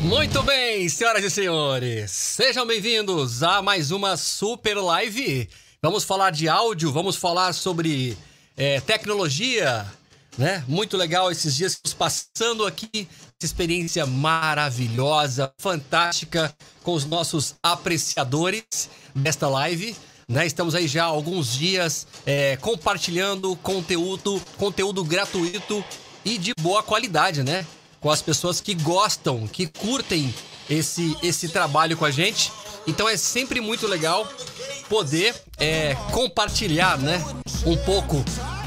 Muito bem, senhoras e senhores, sejam bem-vindos a mais uma super live. Vamos falar de áudio, vamos falar sobre tecnologia, né? Muito legal esses dias que estamos passando aqui, essa experiência maravilhosa, fantástica com os nossos apreciadores desta live, né? Estamos aí já há alguns dias compartilhando conteúdo gratuito e de boa qualidade, né? Com as pessoas que gostam, que curtem esse trabalho com a gente. Então é sempre muito legal poder compartilhar, né, um pouco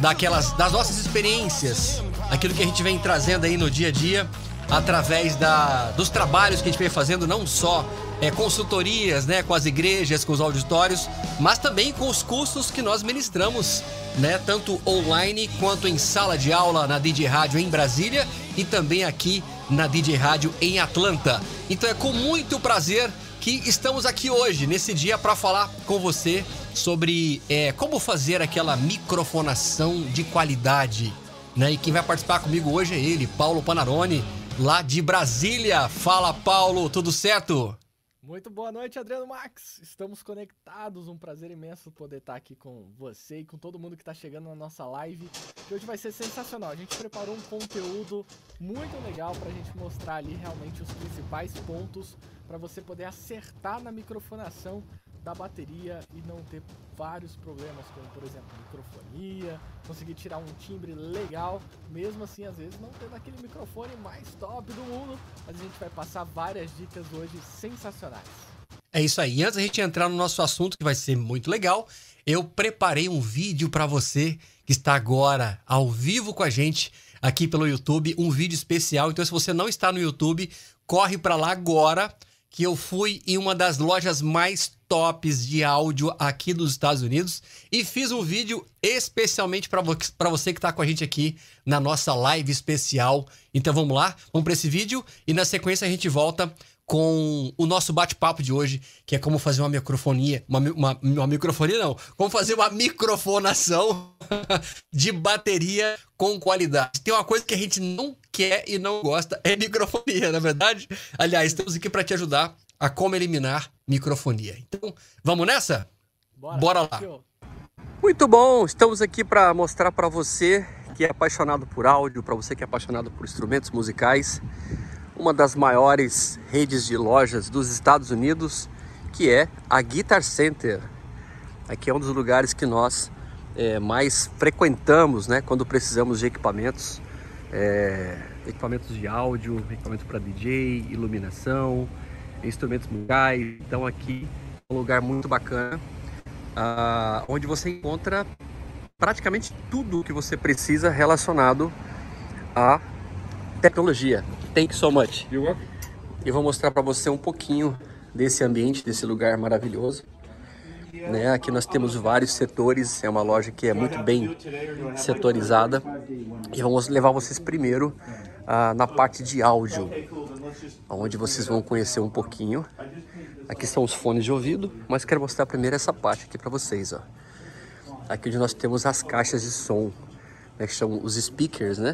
das nossas experiências, aquilo que a gente vem trazendo aí no dia a dia, através dos trabalhos que a gente vem fazendo, não só consultorias, né, com as igrejas, com os auditórios, mas também com os cursos que nós ministramos, né, tanto online quanto em sala de aula na DJ Rádio em Brasília e também aqui na DJ Rádio em Atlanta. Então é com muito prazer que estamos aqui hoje, nesse dia, para falar com você sobre como fazer aquela microfonação de qualidade, né? E quem vai participar comigo hoje é ele, Paulo Panarone, lá de Brasília. Fala, Paulo, tudo certo? Muito boa noite, Adriano Max. Estamos conectados, um prazer imenso poder estar aqui com você e com todo mundo que está chegando na nossa live, que hoje vai ser sensacional. A gente preparou um conteúdo muito legal para a gente mostrar ali realmente os principais pontos para você poder acertar na microfonação da bateria e não ter vários problemas, como por exemplo microfonia, conseguir tirar um timbre legal, mesmo assim às vezes não tendo aquele microfone mais top do mundo, mas a gente vai passar várias dicas hoje sensacionais. É isso aí. E antes da gente entrar no nosso assunto, que vai ser muito legal, eu preparei um vídeo para você que está agora ao vivo com a gente aqui pelo YouTube, um vídeo especial. Então se você não está no YouTube, corre para lá agora, que eu fui em uma das lojas mais tops de áudio aqui dos Estados Unidos e fiz um vídeo especialmente para você que está com a gente aqui na nossa live especial. Então vamos lá, vamos para esse vídeo e na sequência a gente volta com o nosso bate-papo de hoje, que é como fazer uma microfonia, uma microfonia não, como fazer uma microfonação de bateria com qualidade. Tem uma coisa que a gente não quer e não gosta, é microfonia, na é verdade? Aliás, estamos aqui para te ajudar a como eliminar microfonia. Então, vamos nessa? Bora lá. Muito bom, estamos aqui para mostrar para você que é apaixonado por áudio, para você que é apaixonado por instrumentos musicais, uma das maiores redes de lojas dos Estados Unidos, que é a Guitar Center. Aqui é um dos lugares que nós mais frequentamos, né, quando precisamos de equipamentos, equipamentos de áudio, equipamentos para DJ, iluminação, instrumentos musicais. Então aqui é um lugar muito bacana, onde você encontra praticamente tudo que você precisa relacionado a tecnologia. Thank you so much. You're welcome. Eu vou mostrar para você um pouquinho desse ambiente, desse lugar maravilhoso, né? Aqui nós temos vários setores, é uma loja que é muito bem setorizada. E vamos levar vocês primeiro na parte de áudio, onde vocês vão conhecer um pouquinho. Aqui são os fones de ouvido, mas quero mostrar primeiro essa parte aqui para vocês, ó. Aqui onde nós temos as caixas de som, né, que são os speakers, né?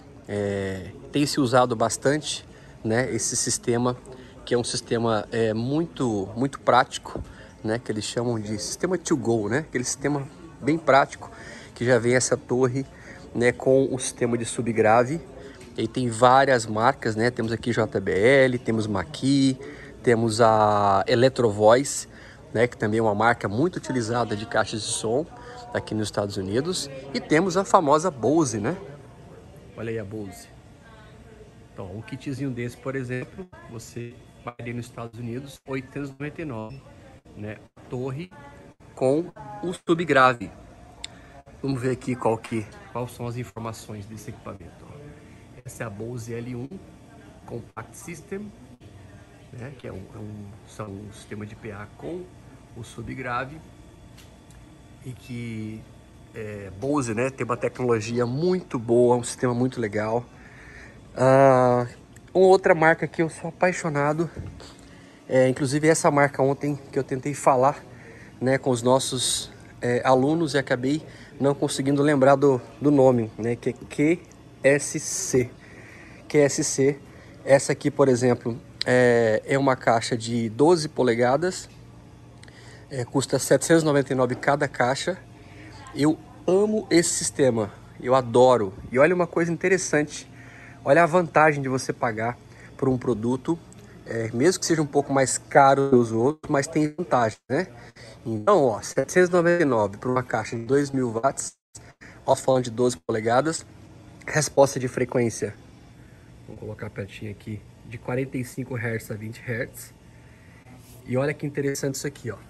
Tem se usado bastante, né, esse sistema, que é um sistema muito prático, né, que eles chamam de sistema to go, né, aquele sistema bem prático, que já vem essa torre, né, com o sistema de subgrave. E tem várias marcas, né, temos aqui JBL, temos Mackie, temos a Electro Voice, né, que também é uma marca muito utilizada de caixas de som aqui nos Estados Unidos, e temos a famosa Bose, né. Olha aí a Bose. Então, um kitzinho desse, por exemplo, você vai ali nos Estados Unidos, R$899, né? Torre com o subgrave. Vamos ver aqui quais são as informações desse equipamento. Essa é a Bose L1 Compact System, né? Que são um sistema de PA com o subgrave, e que Bose, né, tem uma tecnologia muito boa, um sistema muito legal. Uma outra marca que eu sou apaixonado, inclusive essa marca ontem que eu tentei falar, né, com os nossos alunos e acabei não conseguindo lembrar do nome, né, que é QSC. QSC, essa aqui, por exemplo, é uma caixa de 12 polegadas, custa R$ 799 cada caixa. Eu amo esse sistema, eu adoro. E olha uma coisa interessante, olha a vantagem de você pagar por um produto, mesmo que seja um pouco mais caro que os outros, mas tem vantagem, né? Então, ó, R$ 799 por uma caixa de 2.000 watts, ó, falando de 12 polegadas, resposta de frequência, vou colocar pertinho aqui, de 45 Hz a 20 Hz. E olha que interessante isso aqui, ó.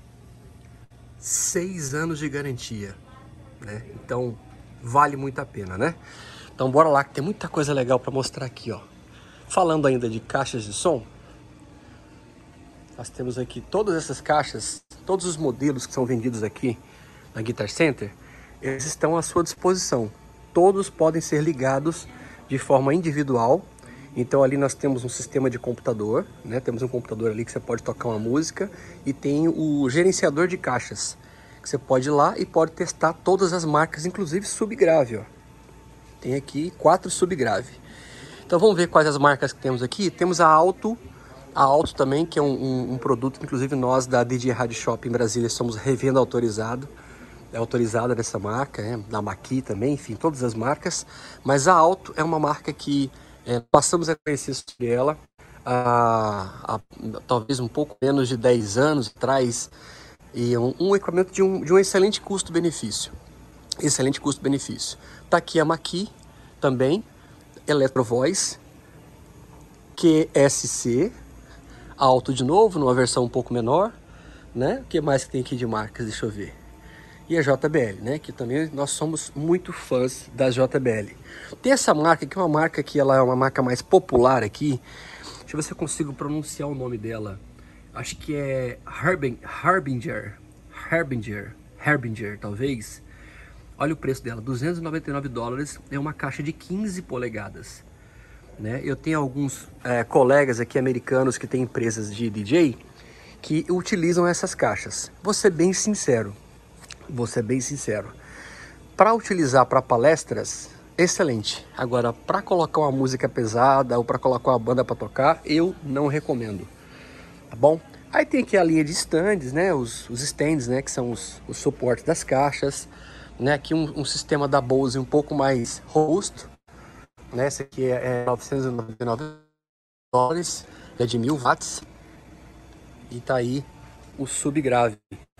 6 anos de garantia, né? Então, vale muito a pena, né? Então, bora lá, que tem muita coisa legal para mostrar aqui, ó. Falando ainda de caixas de som, nós temos aqui todas essas caixas, todos os modelos que são vendidos aqui na Guitar Center, eles estão à sua disposição. Todos podem ser ligados de forma individual. Então ali nós temos um sistema de computador, né? Temos um computador ali que você pode tocar uma música, e tem o gerenciador de caixas, que você pode ir lá e pode testar todas as marcas, inclusive subgrave, ó. Tem aqui 4 subgrave. Então vamos ver quais as marcas que temos aqui. Temos a Alto também, que é um produto que inclusive nós da DJ Radio Shop em Brasília somos revenda autorizado. É autorizada dessa marca, da Maqui também, enfim, todas as marcas. Mas a Alto é uma marca que passamos a conhecer sobre ela há talvez um pouco menos de 10 anos atrás. E um equipamento de um excelente custo-benefício. Excelente custo-benefício. Tá aqui a Maqui também, Electro-Voice, QSC, Alto de novo, numa versão um pouco menor, né? O que mais que tem aqui de marcas? Deixa eu ver. E a JBL, né? Que também nós somos muito fãs da JBL. Tem essa marca que é uma marca que ela é uma marca mais popular aqui. Deixa eu ver se eu consigo pronunciar o nome dela. Acho que é Harbinger, talvez. Olha o preço dela, $299, é uma caixa de 15 polegadas. Né? Eu tenho alguns colegas aqui americanos que têm empresas de DJ que utilizam essas caixas. Vou ser bem sincero, para utilizar para palestras, excelente. Agora, para colocar uma música pesada ou para colocar uma banda para tocar, eu não recomendo, tá bom? Aí tem aqui a linha de stands, né? Os stands, né? Que são os suportes das caixas, né? Aqui um sistema da Bose um pouco mais robusto, né? Esse aqui é $999, é de 1.000 watts. E tá aí o subgrave.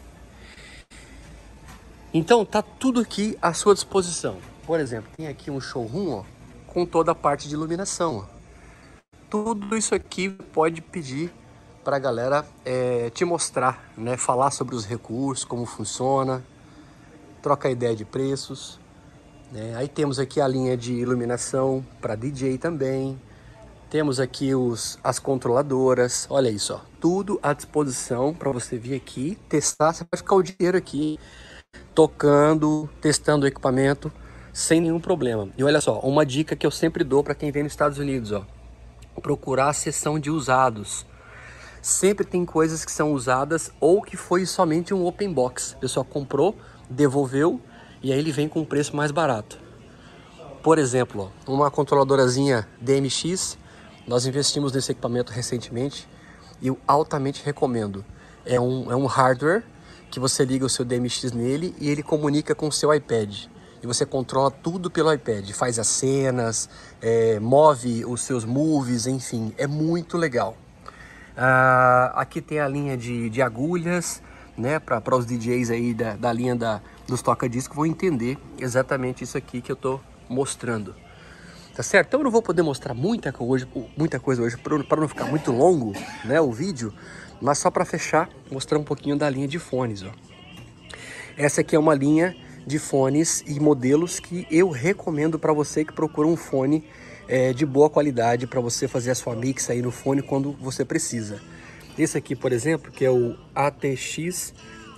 Então tá tudo aqui à sua disposição. Por exemplo, tem aqui um showroom, ó, com toda a parte de iluminação, ó. Tudo isso aqui pode pedir para a galera te mostrar, né? Falar sobre os recursos, como funciona, troca ideia de preços, né? Aí temos aqui a linha de iluminação para DJ também. Temos aqui as controladoras, olha isso, ó, tudo à disposição para você vir aqui testar. Você pode ficar o dia inteiro aqui tocando, testando o equipamento sem nenhum problema. E olha só, uma dica que eu sempre dou para quem vem nos Estados Unidos, ó, procurar a seção de usados. Sempre tem coisas que são usadas ou que foi somente um open box. A pessoa comprou, devolveu e aí ele vem com um preço mais barato. Por exemplo, ó, uma controladorazinha DMX, nós investimos nesse equipamento recentemente e eu altamente recomendo. É um hardware que você liga o seu DMX nele e ele comunica com o seu iPad. E você controla tudo pelo iPad, faz as cenas, move os seus moves, enfim, é muito legal. Aqui tem a linha de agulhas, né, para os DJs aí da linha dos toca-disco vão entender exatamente isso aqui que eu tô mostrando. Tá certo? Então eu não vou poder mostrar muita coisa hoje para não ficar muito longo, né, o vídeo, mas só para fechar, mostrar um pouquinho da linha de fones, ó. Essa aqui é uma linha de fones e modelos que eu recomendo para você que procura um fone de boa qualidade para você fazer a sua mix aí no fone quando você precisa. Esse aqui, por exemplo, que é o ATH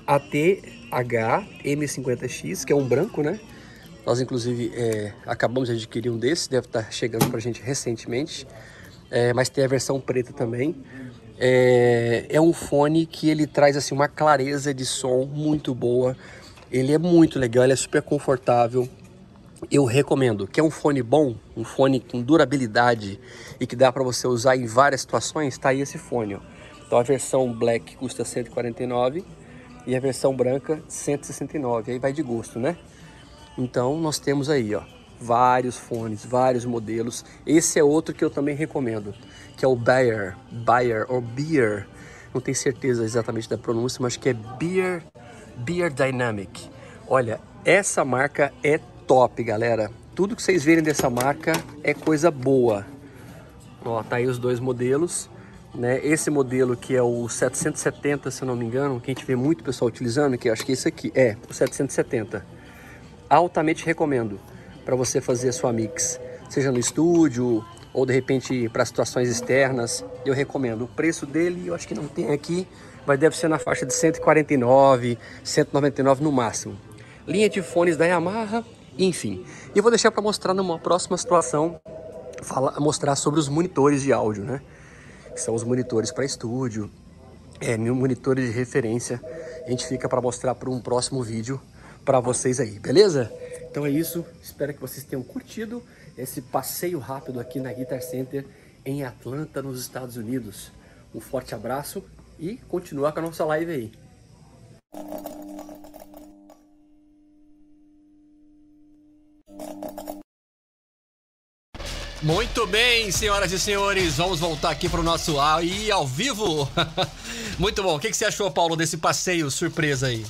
M50X, que é um branco, né? Nós, inclusive, acabamos de adquirir um desses, deve estar chegando para a gente recentemente, mas tem a versão preta também. É um fone que ele traz assim, uma clareza de som muito boa, ele é muito legal, ele é super confortável, eu recomendo, que é um fone bom, um fone com durabilidade e que dá para você usar em várias situações, tá aí esse fone, ó. Então a versão Black custa R$149 e a versão branca R$169, aí vai de gosto, né? Então nós temos aí, ó, vários fones, vários modelos. Esse é outro que eu também recomendo, que é o Beyer ou Beer, não tenho certeza exatamente da pronúncia, mas que é Beer Dynamic. Olha, essa marca é top, galera. Tudo que vocês verem dessa marca é coisa boa. Ó, tá aí os dois modelos, né? Esse modelo que é o 770, se eu não me engano, que a gente vê muito pessoal utilizando, que eu acho que é esse aqui, é o 770. Altamente recomendo para você fazer a sua mix, seja no estúdio ou de repente para situações externas. Eu recomendo. O preço dele, eu acho que não tem aqui, mas deve ser na faixa de 149, 199 no máximo. Linha de fones da Yamaha, enfim. E eu vou deixar para mostrar numa próxima situação, mostrar sobre os monitores de áudio, né? Que são os monitores para estúdio, monitores de referência. A gente fica para mostrar para um próximo vídeo para vocês aí, beleza? Então é isso, espero que vocês tenham curtido esse passeio rápido aqui na Guitar Center em Atlanta, nos Estados Unidos. Um forte abraço e continuar com a nossa live aí. Muito bem, senhoras e senhores, vamos voltar aqui para o nosso ao vivo. Muito bom, o que você achou, Paulo, desse passeio surpresa aí?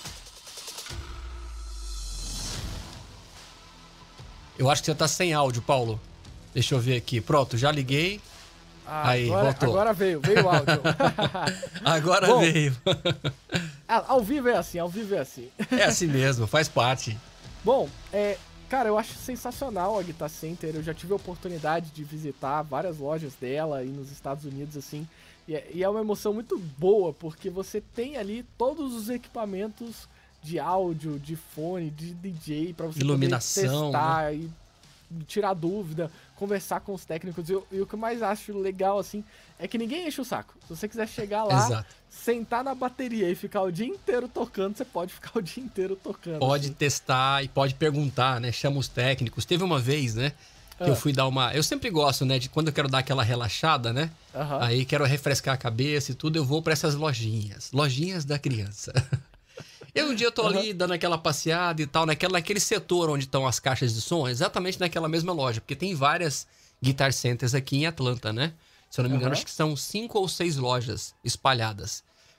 Eu acho que você tá sem áudio, Paulo. Deixa eu ver aqui. Pronto, já liguei. Aí, voltou. Agora veio o áudio. Agora bom, veio. Ao vivo é assim, ao vivo é assim. É assim mesmo, faz parte. Bom, cara, eu acho sensacional a Guitar Center. Eu já tive a oportunidade de visitar várias lojas dela aí nos Estados Unidos, assim. E é uma emoção muito boa, porque você tem ali todos os equipamentos de áudio, de fone, de DJ, pra você iluminação, poder testar, né? E tirar dúvida, conversar com os técnicos. E o que eu mais acho legal, assim, é que ninguém enche o saco. Se você quiser chegar lá, Exato. sentar na bateria e ficar o dia inteiro tocando, você pode ficar o dia inteiro tocando. Pode assim. testar e pode perguntar, né? Chama os técnicos. Teve uma vez, né? Que eu fui dar uma... Eu sempre gosto, né? De quando eu quero dar aquela relaxada, né? Uhum. Aí quero refrescar a cabeça e tudo, eu vou pra essas lojinhas. Lojinhas da criança. Um dia eu tô ali dando aquela passeada e tal, naquele setor onde estão as caixas de som, exatamente naquela mesma loja, porque tem várias Guitar Centers aqui em Atlanta, né? Se eu não me engano, acho que são 5 ou 6 lojas espalhadas.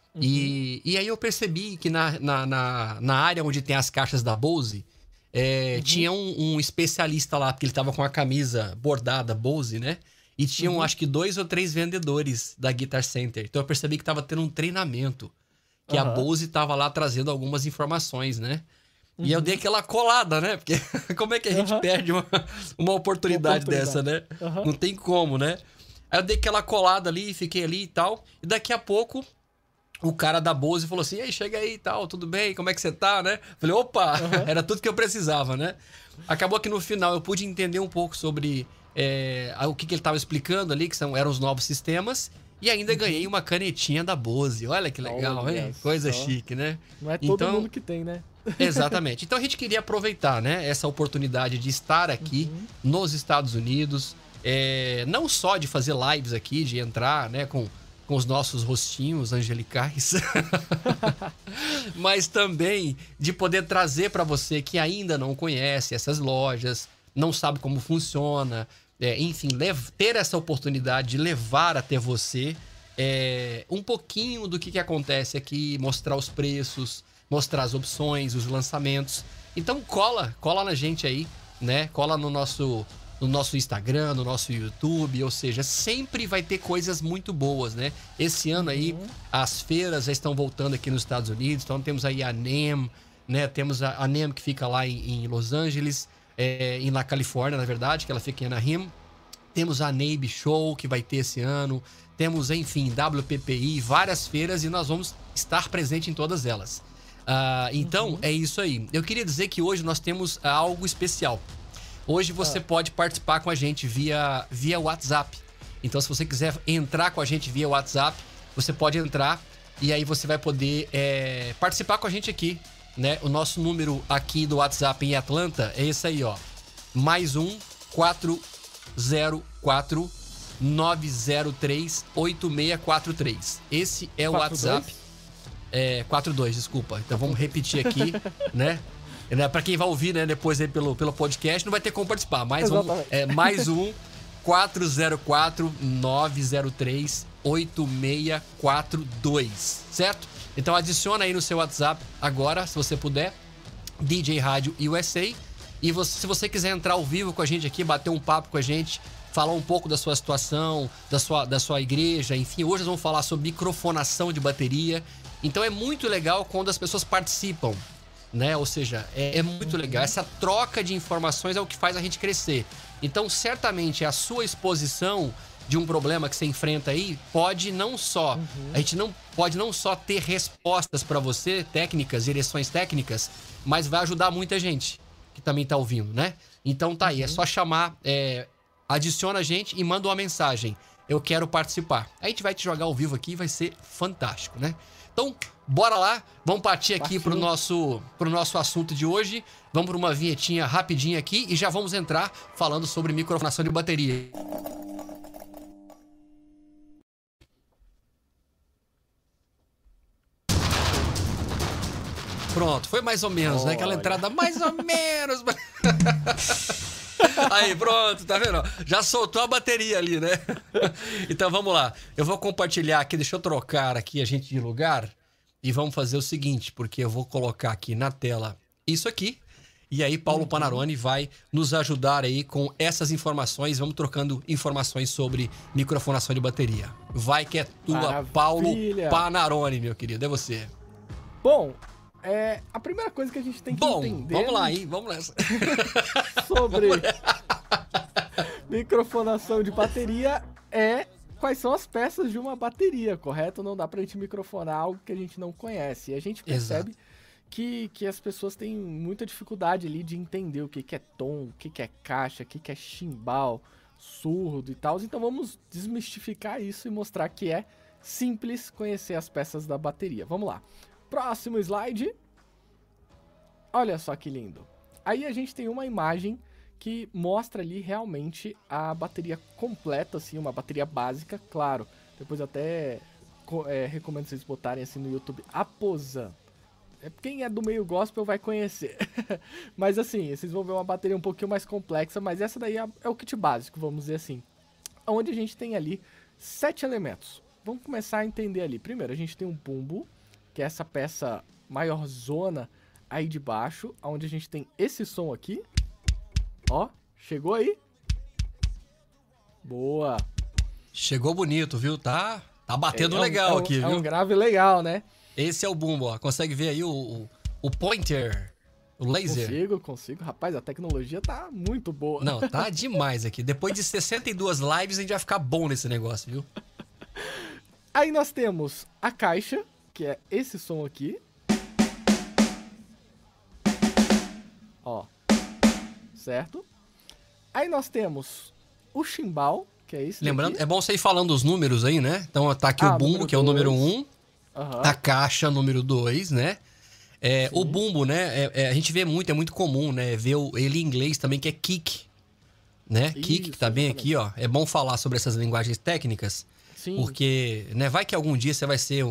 E aí eu percebi que na área onde tem as caixas da Bose, tinha um especialista lá, porque ele tava com a camisa bordada Bose, né? E tinham, acho que 2 ou 3 vendedores da Guitar Center. Então eu percebi que tava tendo um treinamento. Que a Bose tava lá trazendo algumas informações, né? E eu dei aquela colada, né? Porque como é que a gente perde uma oportunidade dessa, né? Não tem como, né? Aí eu dei aquela colada ali, fiquei ali e tal. E daqui a pouco, o cara da Bose falou assim, ei, chega aí e tal, tudo bem? Como é que você tá, né? Falei, opa, era tudo que eu precisava, né? Acabou que no final eu pude entender um pouco sobre o que ele tava explicando ali, que eram os novos sistemas. E ainda ganhei uma canetinha da Bose. Olha que legal, hein? Coisa chique, né? Não é todo mundo que tem, né? Exatamente. Então a gente queria aproveitar, né? Essa oportunidade de estar aqui nos Estados Unidos. Não só de fazer lives aqui, de entrar, né? Com os nossos rostinhos angelicais. Mas também de poder trazer para você que ainda não conhece essas lojas, não sabe como funciona... enfim, ter essa oportunidade de levar até você um pouquinho do que acontece aqui, mostrar os preços, mostrar as opções, os lançamentos. Então cola na gente aí, né? Cola no nosso Instagram, no nosso YouTube, ou seja, sempre vai ter coisas muito boas, né? Esse ano aí, as feiras já estão voltando aqui nos Estados Unidos, então temos aí a NAMM, né? Temos a NAMM que fica lá em Los Angeles, na Califórnia, na verdade, que ela fica em Anaheim. Temos a NAB Show, que vai ter esse ano. Temos, enfim, WPPI, várias feiras, e nós vamos estar presente em todas elas. Então, é isso aí. Eu queria dizer que hoje nós temos algo especial. Hoje você pode participar com a gente via WhatsApp. Então, se você quiser entrar com a gente via WhatsApp, você pode entrar e aí você vai poder participar com a gente aqui. né? O nosso número aqui do WhatsApp em Atlanta é esse aí, ó. +1 404 903 8643. Esse é o 42? WhatsApp. 42, desculpa. Então vamos repetir aqui, né? Pra quem vai ouvir, né, depois aí pelo podcast, não vai ter como participar. Mas vamos, +1 404 903 8642, certo? Então adiciona aí no seu WhatsApp agora, se você puder, DJ Rádio USA. E se você quiser entrar ao vivo com a gente aqui, bater um papo com a gente, falar um pouco da sua situação, da sua igreja, enfim, hoje nós vamos falar sobre microfonação de bateria. Então é muito legal quando as pessoas participam, né? Ou seja, é muito legal. Essa troca de informações é o que faz a gente crescer. Então, certamente, a sua exposição de um problema que você enfrenta aí pode não só... A gente pode não só ter respostas para você, técnicas, direções técnicas, mas vai ajudar muita gente que também tá ouvindo, né? Então tá aí, é só chamar, adiciona a gente e manda uma mensagem. Eu quero participar. A gente vai te jogar ao vivo aqui e vai ser fantástico, né? Então, bora lá, vamos partir aqui pro nosso assunto de hoje. Vamos para uma vinhetinha rapidinha aqui e já vamos entrar falando sobre microfonação de bateria. Pronto, foi mais ou menos, né? Aquela entrada mais ou menos. Aí, pronto, tá vendo? Já soltou a bateria ali, né? Então vamos lá. Eu vou compartilhar aqui, deixa eu trocar aqui a gente de lugar e vamos fazer o seguinte, porque eu vou colocar aqui na tela isso aqui e aí Paulo Panarone vai nos ajudar aí com essas informações. Vamos trocando informações sobre microfonação de bateria. Vai que é tua, maravilha. Paulo Panarone, meu querido, é você. Bom, a primeira coisa que a gente tem que entender... Vamos lá, hein? Vamos nessa. Sobre microfonação de bateria quais são as peças de uma bateria, correto? Não dá pra gente microfonar algo que a gente não conhece. E a gente percebe que as pessoas têm muita dificuldade ali de entender o que é tom, o que é caixa, o que é chimbal, surdo e tal. Então vamos desmistificar isso e mostrar que é simples conhecer as peças da bateria. Vamos lá. Próximo slide. Olha só que lindo. Aí a gente tem uma imagem que mostra ali realmente a bateria completa, assim, uma bateria básica, claro. Depois até recomendo vocês botarem assim no YouTube, Aposan. Quem é do meio gospel vai conhecer. Mas assim, vocês vão ver uma bateria um pouquinho mais complexa, mas essa daí é o kit básico, vamos dizer assim. Onde a gente tem ali 7 elementos. Vamos começar a entender ali. Primeiro, a gente tem um bumbo, que é essa peça maior zona aí de baixo, onde a gente tem esse som aqui. Ó, chegou aí? Boa. Chegou bonito, viu? Tá batendo legal aqui, viu? É um grave legal, né? Esse é o bumbo, ó. Consegue ver aí o pointer, o laser? Consigo. Rapaz, a tecnologia tá muito boa. Não, tá demais aqui. Depois de 62 lives, a gente vai ficar bom nesse negócio, viu? Aí nós temos a caixa, que é esse som aqui. Ó. Certo? Aí nós temos o chimbal, que é esse Lembrando, daqui. é bom você ir falando os números aí, né? Então tá aqui o bumbo, que é o número 1. A caixa, número 2, né? O bumbo, né? A gente vê muito, é muito comum, né? Ver ele em inglês também, que é kick. Né? Isso, kick, que tá bem aqui, ó. É bom falar sobre essas linguagens técnicas. Sim. Porque, né, vai que algum dia você vai ser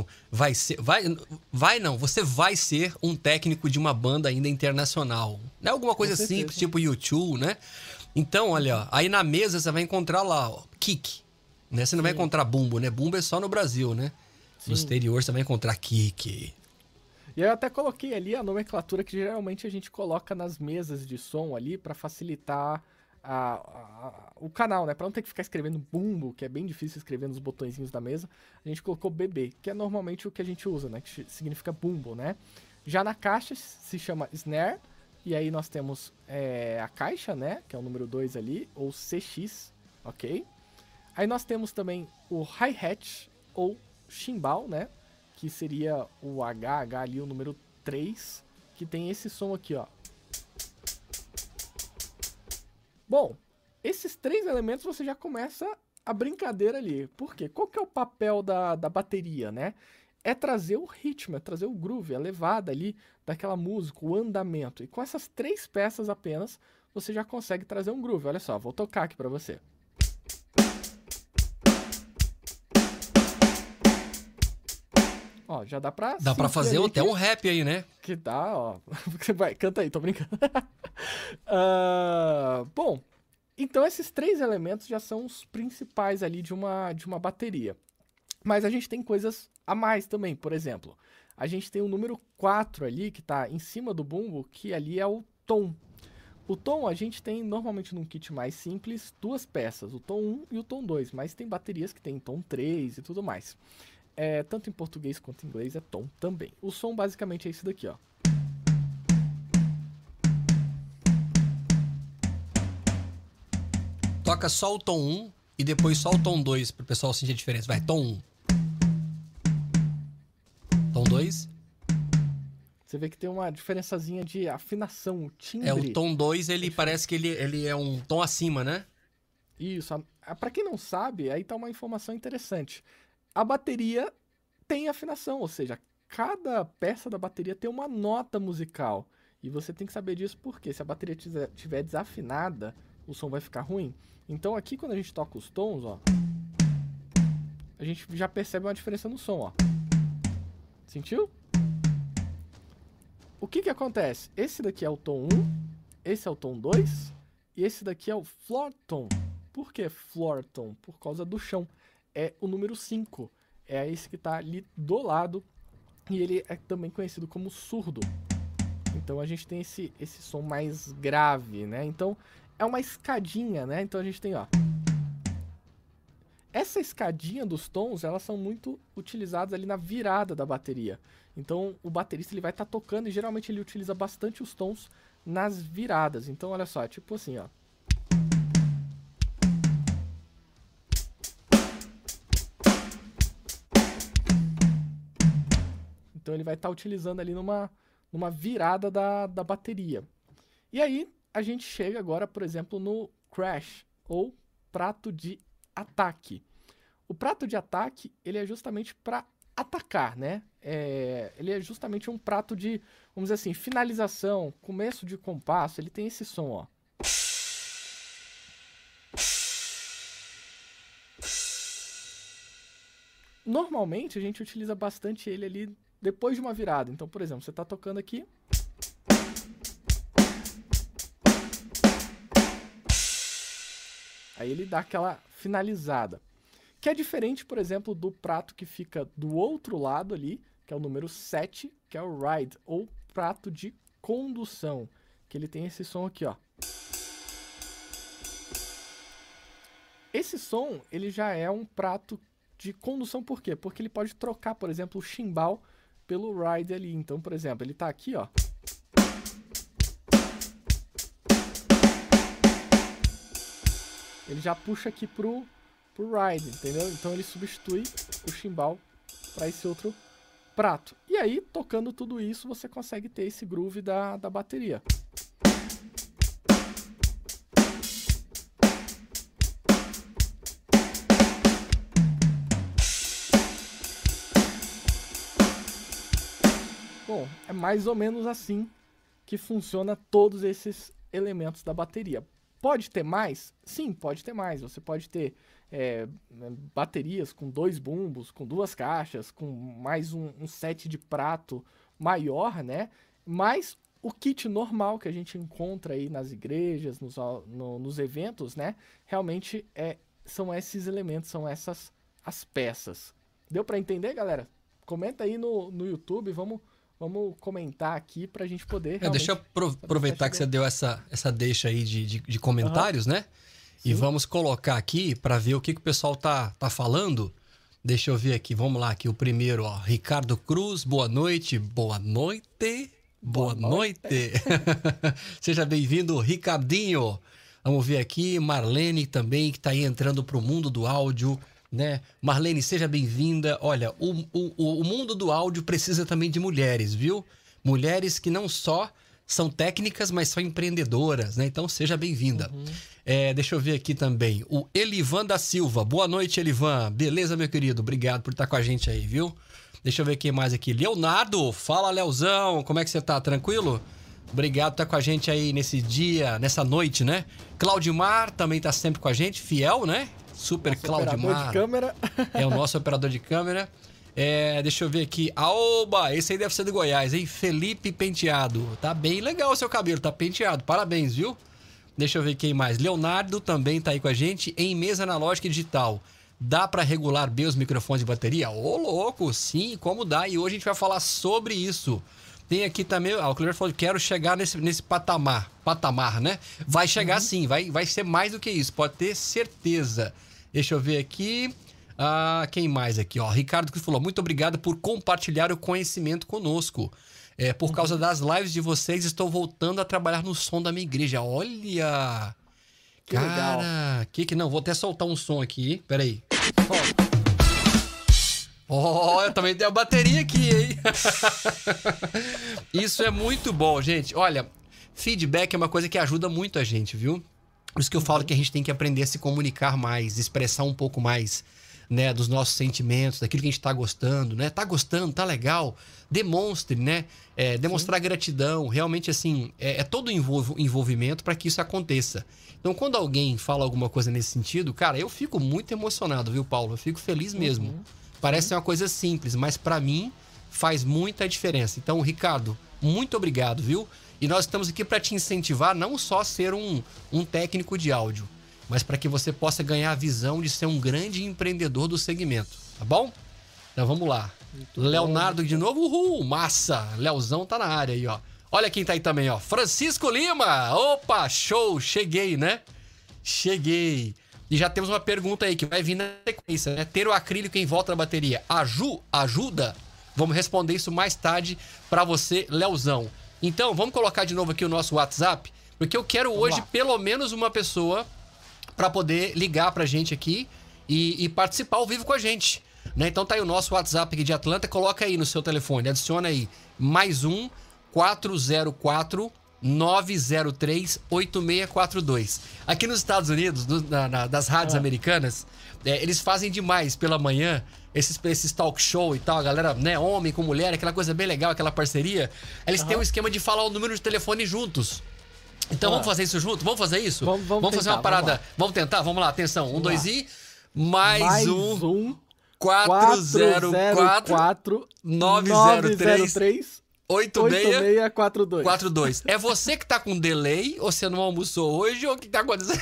você vai ser um técnico de uma banda ainda internacional. Não é alguma coisa simples, tipo YouTube, né? Então, olha, ó, aí na mesa você vai encontrar lá, ó, kick, né? Você não vai encontrar bumbo, né? Bumbo é só no Brasil, né? Sim. No exterior você vai encontrar kick. E eu até coloquei ali a nomenclatura que geralmente a gente coloca nas mesas de som ali para facilitar o canal, né? Pra não ter que ficar escrevendo bumbo, que é bem difícil escrever nos botõezinhos da mesa, a gente colocou BB, que é normalmente o que a gente usa, né? Que significa bumbo, né? Já na caixa se chama snare, e aí nós temos a caixa, né? Que é o número 2 ali, ou CX, ok? Aí nós temos também o hi-hat, ou chimbal, né? Que seria o HH ali, o número 3, que tem esse som aqui, ó. Bom, esses 3 elementos você já começa a brincadeira ali. Por quê? Qual que é o papel da bateria, né? é trazer o ritmo, é trazer o groove, a levada ali daquela música, o andamento. E com essas 3 peças apenas, você já consegue trazer um groove. Olha só, vou tocar aqui pra você. Ó, já dá pra... Dá pra fazer até um rap aí, né? Que dá, ó. Vai, canta aí, tô brincando. Bom, então esses 3 elementos já são os principais ali de uma bateria. Mas a gente tem coisas a mais também. Por exemplo, a gente tem o número 4 ali, que tá em cima do bumbo, que ali é o tom. O tom a gente tem normalmente num kit mais simples 2 peças, o tom 1 e o tom 2, mas tem baterias que tem tom 3 e tudo mais. Tanto em português quanto em inglês é tom também. O som basicamente é esse daqui, ó. Toca só o tom 1 e depois só o tom 2 pro pessoal sentir a diferença. Vai, tom 1. Tom 2. Você vê que tem uma diferençazinha de afinação, o timbre. O tom 2, ele parece que ele é um tom acima, né? Isso. Pra quem não sabe, aí tá uma informação interessante. A bateria tem afinação, ou seja, cada peça da bateria tem uma nota musical. E você tem que saber disso porque se a bateria estiver desafinada, o som vai ficar ruim. Então aqui quando a gente toca os tons, ó, a gente já percebe uma diferença no som, ó. Sentiu? O que acontece? Esse daqui é o tom 1, esse é o tom 2 e esse daqui é o floor tom. Por que floor tom? Por causa do chão. É o número 5. É esse que está ali do lado. E ele é também conhecido como surdo. Então a gente tem esse som mais grave, né? Então é uma escadinha, né? Então a gente tem, ó. Essa escadinha dos tons, elas são muito utilizadas ali na virada da bateria. Então o baterista ele vai estar tocando e geralmente ele utiliza bastante os tons nas viradas. Então olha só, tipo assim, ó. Então ele vai estar utilizando ali numa virada da bateria. E aí a gente chega agora, por exemplo, no crash, ou prato de ataque. O prato de ataque, ele é justamente para atacar, né? Ele é justamente um prato de, vamos dizer assim, finalização, começo de compasso, ele tem esse som, ó. Normalmente a gente utiliza bastante ele ali depois de uma virada. Então, por exemplo, você está tocando aqui. Aí ele dá aquela finalizada. Que é diferente, por exemplo, do prato que fica do outro lado ali, que é o número 7, que é o ride, ou prato de condução. Que ele tem esse som aqui, ó. Esse som, ele já é um prato de condução, por quê? Porque ele pode trocar, por exemplo, o chimbal pelo ride ali. Então, por exemplo, ele tá aqui, ó. Ele já puxa aqui pro ride, entendeu? Então ele substitui o chimbal para esse outro prato. E aí, tocando tudo isso, você consegue ter esse groove da bateria. Bom, é mais ou menos assim que funciona todos esses elementos da bateria. Pode ter mais? Sim, pode ter mais. Você pode ter baterias com 2 bumbos, com 2 caixas, com mais um set de prato maior, né? Mas o kit normal que a gente encontra aí nas igrejas, nos eventos, né? Realmente são esses elementos, são essas as peças. Deu para entender, galera? Comenta aí no YouTube, vamos comentar aqui pra gente poder... Deixa eu aproveitar que você deu essa deixa aí de comentários, né? Sim. E vamos colocar aqui para ver o que o pessoal tá falando. Deixa eu ver aqui, vamos lá, aqui o primeiro, ó. Ricardo Cruz, boa noite. Boa noite. Boa noite. Seja bem-vindo, Ricardinho. Vamos ver aqui, Marlene também, que tá aí entrando pro mundo do áudio, né? Marlene, seja bem-vinda. Olha, o mundo do áudio precisa também de mulheres, viu? Mulheres que não só são técnicas, mas são empreendedoras, né? Então seja bem-vinda. Deixa eu ver aqui também. O Elivan da Silva. Boa noite, Elivan. Beleza, meu querido? Obrigado por estar com a gente aí, viu? Deixa eu ver quem mais aqui. Leonardo. Fala, Leozão. Como é que você tá? Tranquilo? Obrigado por estar com a gente aí nesse dia, nessa noite, né? Claudimar também tá sempre com a gente. Fiel, né? Super Nosso Claudimar. operador de câmera. É o nosso operador de câmera. Deixa eu ver aqui. Aoba, esse aí deve ser de Goiás, hein? Felipe Penteado. Tá bem legal o seu cabelo, tá penteado. Parabéns, viu? Deixa eu ver quem mais. Leonardo também tá aí com a gente em mesa analógica e digital. Dá para regular bem os microfones de bateria? Ô, louco, sim, como dá? E hoje a gente vai falar sobre isso. Tem aqui também, o Cleber falou, quero chegar nesse patamar, né? Vai chegar sim, vai ser mais do que isso, pode ter certeza. Deixa eu ver aqui. Quem mais aqui? Ricardo que falou, muito obrigado por compartilhar o conhecimento conosco. Por causa das lives de vocês, estou voltando a trabalhar no som da minha igreja. Olha! Que legal. Cara, não, vou até soltar um som aqui. Peraí. Eu também tenho a bateria aqui, hein? Isso é muito bom, gente. Olha, feedback é uma coisa que ajuda muito a gente, viu? Por isso que eu falo que a gente tem que aprender a se comunicar mais, expressar um pouco mais, né, dos nossos sentimentos, daquilo que a gente tá gostando, né? Tá gostando, tá legal. Demonstre, né? Demonstrar gratidão. Realmente, assim, todo envolvimento para que isso aconteça. Então, quando alguém fala alguma coisa nesse sentido, cara, eu fico muito emocionado, viu, Paulo? Eu fico feliz mesmo. Parece ser uma coisa simples, mas para mim faz muita diferença. Então, Ricardo, muito obrigado, viu? E nós estamos aqui para te incentivar não só a ser um técnico de áudio, mas para que você possa ganhar a visão de ser um grande empreendedor do segmento, tá bom? Então vamos lá. Muito Leonardo bom. De novo, massa! Leozão tá na área aí, ó. Olha quem tá aí também, ó. Francisco Lima! Opa, show! Cheguei, né? Cheguei. E já temos uma pergunta aí que vai vir na sequência, né? Ter o acrílico em volta da bateria ajuda? Vamos responder isso mais tarde para você, Leozão. Então, vamos colocar de novo aqui o nosso WhatsApp, porque eu quero hoje pelo menos uma pessoa para poder ligar pra gente aqui e participar ao vivo com a gente, né? Então tá aí o nosso WhatsApp aqui de Atlanta, coloca aí no seu telefone, adiciona aí mais 404 903 8642. Aqui nos Estados Unidos, das rádios americanas, eles fazem demais pela manhã esses talk show e tal, a galera, né, homem com mulher, aquela coisa bem legal, aquela parceria. Eles têm um esquema de falar o número de telefone juntos. Então vamos fazer isso junto? Vamos fazer isso? Vamos tentar, fazer uma parada. Vamos tentar? Vamos lá, atenção. 1, 2 e... Mais um 404 903 8642. É você que tá com delay, ou você não almoçou hoje, ou o que tá acontecendo?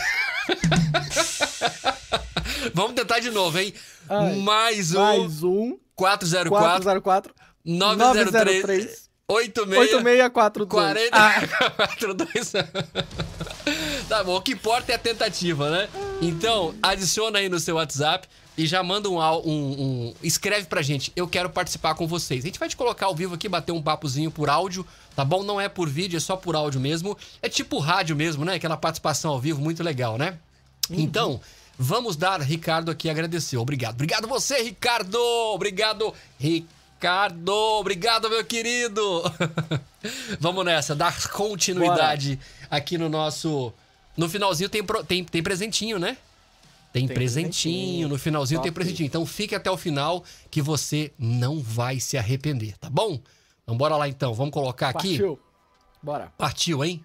Vamos tentar de novo, hein? Mais um 404 903 8642. 42. Tá bom, o que importa é a tentativa, né? Então, adiciona aí no seu WhatsApp e já manda escreve pra gente, eu quero participar com vocês. A gente vai te colocar ao vivo aqui, bater um papozinho por áudio, tá bom? Não é por vídeo, é só por áudio mesmo. É tipo rádio mesmo, né? Aquela participação ao vivo, muito legal, né? Então, vamos dar, Ricardo aqui agradeceu. Obrigado. Obrigado você, Ricardo! Obrigado, Ricardo! Obrigado, meu querido! Vamos nessa, dar continuidade aqui no nosso... No finalzinho tem presentinho, né? Tem presentinho, no finalzinho tem presentinho. Então fique até o final que você não vai se arrepender, tá bom? Então bora lá então, vamos colocar aqui. Partiu. Bora. Partiu, hein?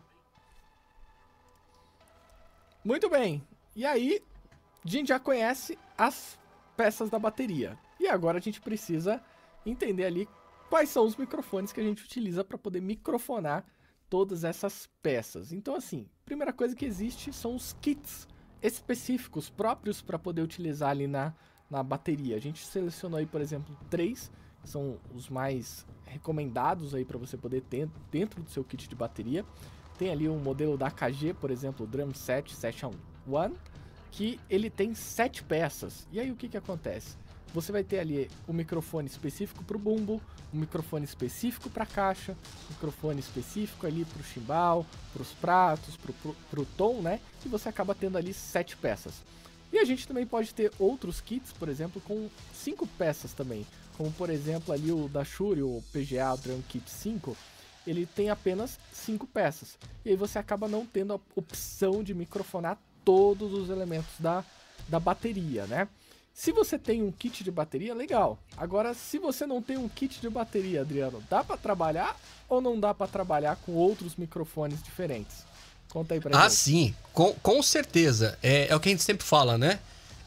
Muito bem. E aí, a gente já conhece as peças da bateria. E agora a gente precisa entender ali quais são os microfones que a gente utiliza para poder microfonar todas essas peças. Então assim, primeira coisa que existe são os kits específicos próprios para poder utilizar ali na bateria. A gente selecionou aí, por exemplo, 3, que são os mais recomendados aí para você poder ter dentro do seu kit de bateria. Tem ali um modelo da AKG, por exemplo, o Drum Set Session 1, que ele tem 7 peças. E aí o que acontece? Você vai ter ali um microfone específico para o bumbo, um microfone específico para a caixa, um microfone específico ali para o chimbal, para os pratos, para o tom, né? E você acaba tendo ali 7 peças. E a gente também pode ter outros kits, por exemplo, com 5 peças também. Como, por exemplo, ali o da Shure, o PGA Drum Kit 5, ele tem apenas 5 peças. E aí você acaba não tendo a opção de microfonar todos os elementos da bateria, né? Se você tem um kit de bateria, legal. Agora, se você não tem um kit de bateria, Adriano, dá para trabalhar ou não dá para trabalhar com outros microfones diferentes? Conta aí pra gente. Ah, sim, com certeza. É o que a gente sempre fala, né?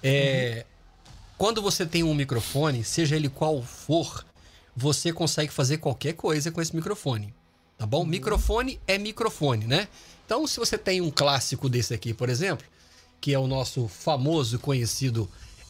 Quando você tem um microfone, seja ele qual for, você consegue fazer qualquer coisa com esse microfone, tá bom? Microfone é microfone, né? Então, se você tem um clássico desse aqui, por exemplo, que é o nosso famoso conhecido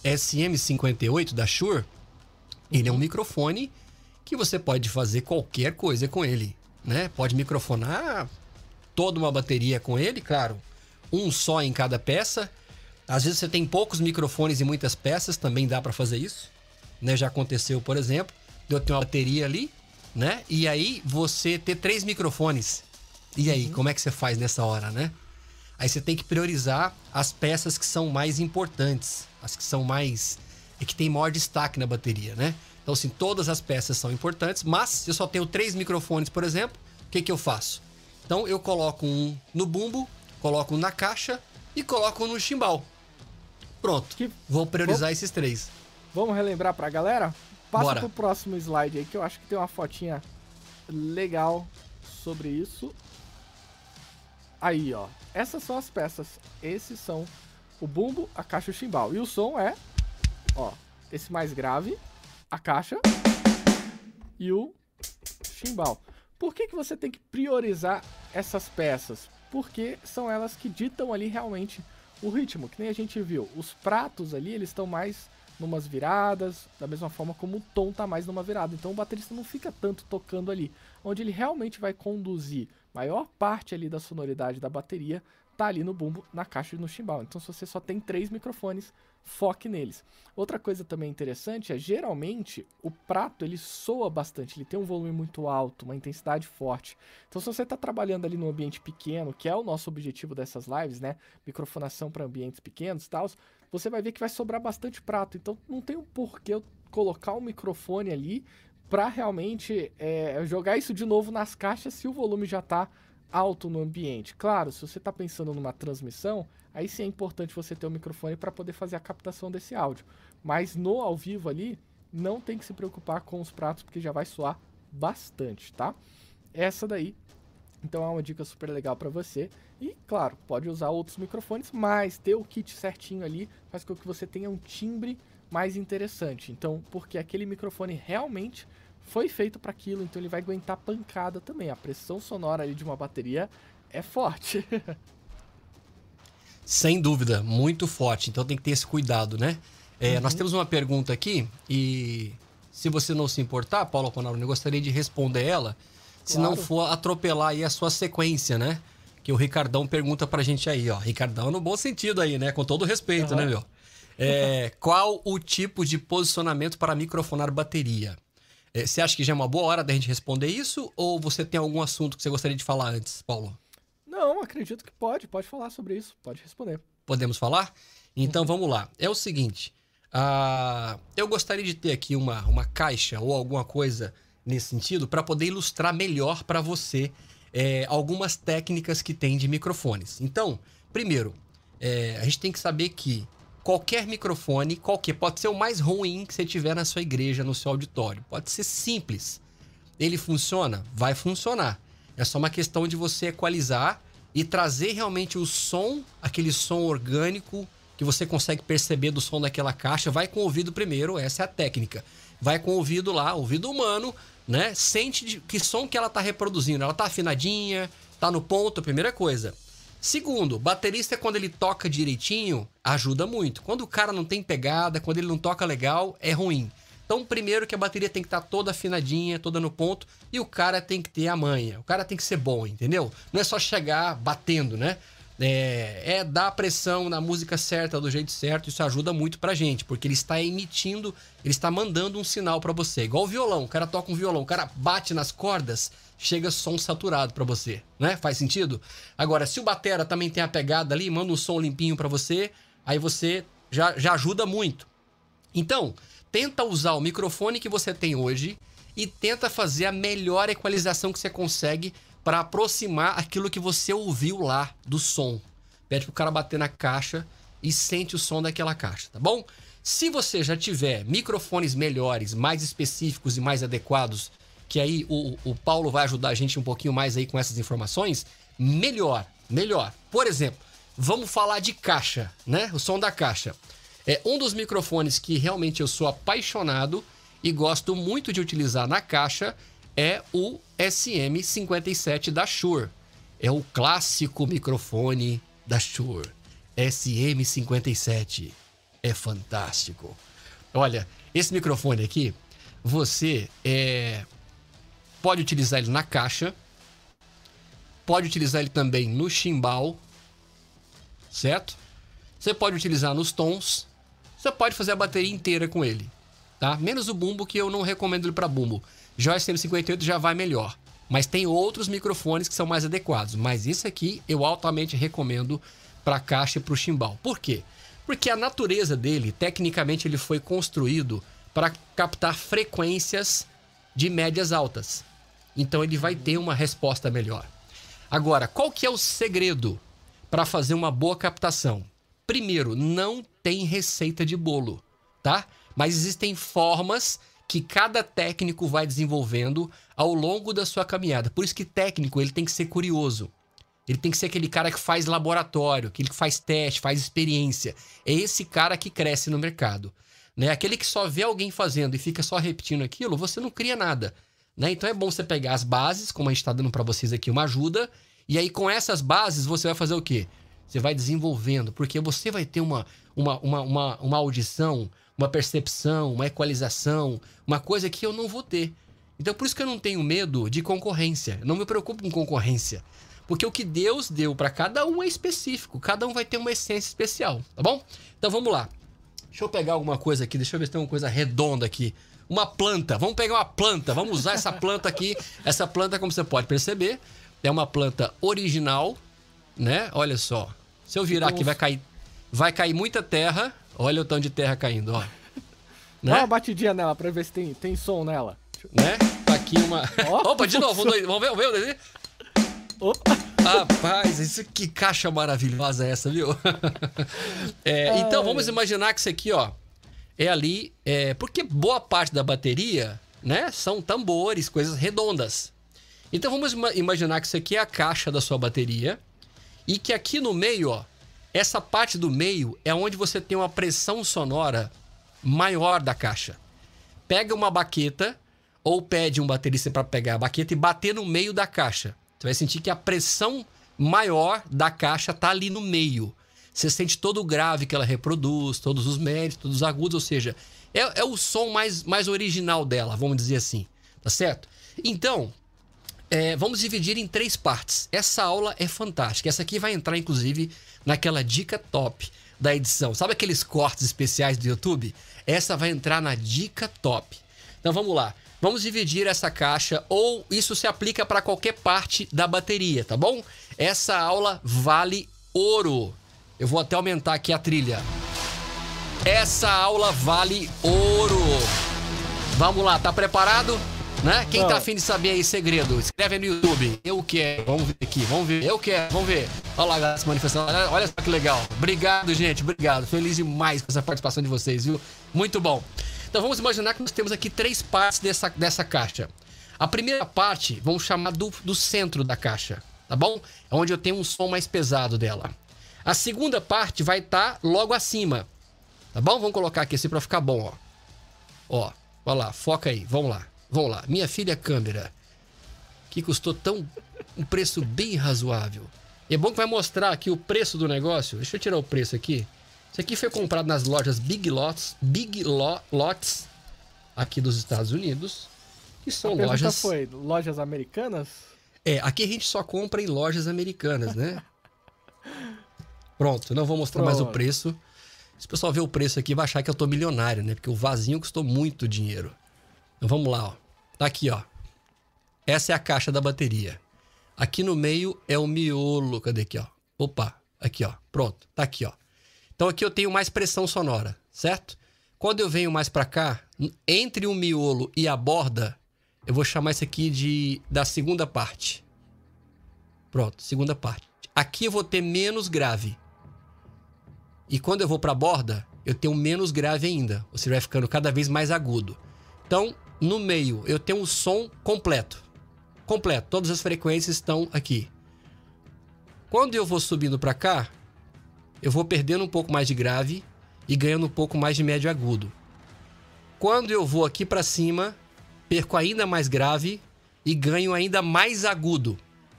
SM58 da Shure, ele é um microfone que você pode fazer qualquer coisa com ele, né? Pode microfonar toda uma bateria com ele, claro, um só em cada peça. Às vezes você tem poucos microfones e muitas peças, também dá para fazer isso, né? Já aconteceu, por exemplo, de eu ter uma bateria ali, né? E aí você ter 3 microfones. E aí, como é que você faz nessa hora, né? Aí você tem que priorizar as peças que são mais importantes, as que são mais... que tem maior destaque na bateria, né? Então, assim, todas as peças são importantes, mas se eu só tenho 3 microfones, por exemplo, o que eu faço? Então, eu coloco um no bumbo, coloco um na caixa e coloco um no chimbal. Pronto, vou priorizar esses 3. Vamos relembrar pra galera? Passa Bora. pro próximo slide aí, que eu acho que tem uma fotinha legal sobre isso. Aí, ó. Essas são as peças. Esses são o bumbo, a caixa e o chimbal. E o som é, ó, esse mais grave, a caixa e o chimbal. Por que você tem que priorizar essas peças? Porque são elas que ditam ali realmente o ritmo, que nem a gente viu. Os pratos ali, eles estão mais numas viradas, da mesma forma como o tom tá mais numa virada. Então o baterista não fica tanto tocando ali. Onde ele realmente vai conduzir maior parte ali da sonoridade da bateria tá ali no bumbo, na caixa e no chimbal. Então se você só tem 3 microfones, foque neles. Outra coisa também interessante é, geralmente, o prato ele soa bastante, ele tem um volume muito alto, uma intensidade forte. Então se você está trabalhando ali num ambiente pequeno, que é o nosso objetivo dessas lives, né, microfonação para ambientes pequenos e tal, você vai ver que vai sobrar bastante prato. Então não tem um porquê eu colocar um microfone ali para realmente jogar isso de novo nas caixas se o volume já está alto no ambiente. Claro, se você está pensando numa transmissão, aí sim é importante você ter um microfone para poder fazer a captação desse áudio. Mas no ao vivo ali, não tem que se preocupar com os pratos, porque já vai soar bastante, tá? Essa daí, então, é uma dica super legal para você. E, claro, pode usar outros microfones, mas ter o kit certinho ali faz com que você tenha um timbre mais interessante. Então, porque aquele microfone realmente foi feito para aquilo, então ele vai aguentar pancada também. A pressão sonora ali de uma bateria é forte. Sem dúvida, muito forte. Então tem que ter esse cuidado, né? Nós temos uma pergunta aqui e se você não se importar, Paulo Aponaro, eu gostaria de responder ela, se não for atropelar aí a sua sequência, né? Que o Ricardão pergunta pra gente aí, ó. Ricardão no bom sentido aí, né? Com todo respeito, né, meu? Qual o tipo de posicionamento para microfonar bateria? Você acha que já é uma boa hora da gente responder isso? Ou você tem algum assunto que você gostaria de falar antes, Paulo? Não, acredito que pode falar sobre isso, pode responder. Podemos falar? Então vamos lá. É o seguinte, eu gostaria de ter aqui uma caixa ou alguma coisa nesse sentido para poder ilustrar melhor para você algumas técnicas que tem de microfones. Então, primeiro, a gente tem que saber que qualquer microfone, pode ser o mais ruim que você tiver na sua igreja, no seu auditório. Pode ser simples. Ele funciona? Vai funcionar. É só uma questão de você equalizar e trazer realmente o som, aquele som orgânico que você consegue perceber do som daquela caixa. Vai com o ouvido primeiro, essa é a técnica. Vai com o ouvido lá, ouvido humano, né? Sente que som que ela tá reproduzindo. Ela tá afinadinha, tá no ponto, primeira coisa. Segundo, baterista, quando ele toca direitinho, ajuda muito. Quando o cara não tem pegada, quando ele não toca legal, é ruim. Então, primeiro que a bateria tem que estar toda afinadinha, toda no ponto, e o cara tem que ter a manha. O cara tem que ser bom, entendeu? Não é só chegar batendo, né? Dar a pressão na música certa, do jeito certo, isso ajuda muito pra gente, porque ele está emitindo, ele está mandando um sinal pra você. Igual o violão, o cara toca um violão, o cara bate nas cordas, chega som saturado pra você, né? Faz sentido? Agora, se o batera também tem a pegada ali, manda um som limpinho pra você, aí você já ajuda muito. Então, tenta usar o microfone que você tem hoje e tenta fazer a melhor equalização que você consegue para aproximar aquilo que você ouviu lá do som. Pede pro cara bater na caixa e sente o som daquela caixa, tá bom? Se você já tiver microfones melhores, mais específicos e mais adequados, que aí o Paulo vai ajudar a gente um pouquinho mais aí com essas informações, melhor. Por exemplo, vamos falar de caixa, né? O som da caixa. É um dos microfones que realmente eu sou apaixonado e gosto muito de utilizar na caixa é o SM57 da Shure. É o clássico microfone da Shure. SM57. É fantástico. Olha, esse microfone aqui, você pode utilizar ele na caixa, pode utilizar ele também no chimbal, certo? Você pode utilizar nos tons, você pode fazer a bateria inteira com ele, tá? Menos o bumbo, que eu não recomendo ele para bumbo. Já o SM58 já vai melhor, mas tem outros microfones que são mais adequados, mas esse aqui eu altamente recomendo para caixa e para o chimbal. Por quê? Porque a natureza dele, tecnicamente, ele foi construído para captar frequências de médias altas. Então ele vai ter uma resposta melhor. Agora, qual que é o segredo para fazer uma boa captação? Primeiro, não tem receita de bolo, tá? Mas existem formas que cada técnico vai desenvolvendo ao longo da sua caminhada. Por isso que técnico, ele tem que ser curioso. Ele tem que ser aquele cara que faz laboratório, aquele que faz teste, faz experiência. É esse cara que cresce no mercado, né? Aquele que só vê alguém fazendo e fica só repetindo aquilo, você não cria nada, né? Então é bom você pegar as bases, como a gente está dando para vocês aqui uma ajuda, e aí com essas bases você vai fazer o quê? Você vai desenvolvendo, porque você vai ter uma audição, uma percepção, uma equalização, uma coisa que eu não vou ter. Então por isso que eu não tenho medo de concorrência, eu não me preocupo com concorrência. Porque o que Deus deu para cada um é específico. Cada um vai ter uma essência especial, tá bom? Então vamos lá. Deixa eu pegar alguma coisa aqui. Deixa eu ver se tem uma coisa redonda aqui. Uma planta. Vamos pegar uma planta. Vamos usar essa planta aqui. Essa planta, como você pode perceber, é uma planta original, né? Olha só. Se eu virar aqui, vai cair muita terra. Olha o tanto de terra caindo, ó. Dá uma batidinha nela pra ver se tem som nela. Né? Tá aqui uma... Opa, de novo. Vamos ver o desenho? Opa. Rapaz, isso que caixa maravilhosa é essa, viu? Então, vamos imaginar que isso aqui, ó, é ali... porque boa parte da bateria, né, são tambores, coisas redondas. Então, vamos imaginar que isso aqui é a caixa da sua bateria e que aqui no meio, ó, essa parte do meio é onde você tem uma pressão sonora maior da caixa. Pega uma baqueta ou pede um baterista para pegar a baqueta e bater no meio da caixa. Você vai sentir que a pressão maior da caixa tá ali no meio. Você sente todo o grave que ela reproduz, todos os médios, todos os agudos, ou seja, é o som mais original dela, vamos dizer assim, tá certo? Então, vamos dividir em 3 partes. Essa aula é fantástica. Essa aqui vai entrar, inclusive, naquela dica top da edição. Sabe aqueles cortes especiais do YouTube? Essa vai entrar na dica top. Então, vamos lá. Vamos dividir essa caixa, ou isso se aplica para qualquer parte da bateria, tá bom? Essa aula vale ouro. Eu vou até aumentar aqui a trilha. Essa aula vale ouro. Vamos lá, tá preparado? Né? Quem tá afim de saber aí segredo, escreve no YouTube. Eu quero. Vamos ver aqui, vamos ver. Eu quero, vamos ver. Olha lá, galera, essa manifestação. Olha só que legal. Obrigado, gente. Obrigado. Feliz demais com essa participação de vocês, viu? Muito bom. Então vamos imaginar que nós temos aqui 3 partes dessa caixa. A primeira parte, vamos chamar do centro da caixa, tá bom? É onde eu tenho um som mais pesado dela. A segunda parte vai estar logo acima, tá bom? Vamos colocar aqui assim para ficar bom, ó. Ó, olha lá, foca aí, vamos lá. Vamos lá, minha filha câmera, que custou um preço bem razoável. E é bom que vai mostrar aqui o preço do negócio. Deixa eu tirar o preço aqui. Isso aqui foi comprado nas lojas Big Lots aqui dos Estados Unidos, que são lojas... foi lojas americanas? Aqui a gente só compra em lojas americanas, né? Pronto, não vou mostrar mais o preço. Se o pessoal ver o preço aqui, vai achar que eu tô milionário, né? Porque o vasinho custou muito dinheiro. Então vamos lá, ó. Tá aqui, ó. Essa é a caixa da bateria. Aqui no meio é o miolo. Cadê aqui, ó? Opa, aqui, ó. Pronto, tá aqui, ó. Então aqui eu tenho mais pressão sonora, certo? Quando eu venho mais para cá, entre o miolo e a borda, Eu vou chamar isso aqui da segunda parte. Pronto, segunda parte. Aqui eu vou ter menos grave. E quando eu vou para a borda, eu tenho menos grave ainda. Ou seja, vai ficando cada vez mais agudo. Então, no meio, eu tenho um som completo. Completo. Todas as frequências estão aqui. Quando eu vou subindo para cá, eu vou perdendo um pouco mais de grave e ganhando um pouco mais de médio agudo. Quando eu vou aqui para cima, perco ainda mais grave e ganho ainda mais agudo.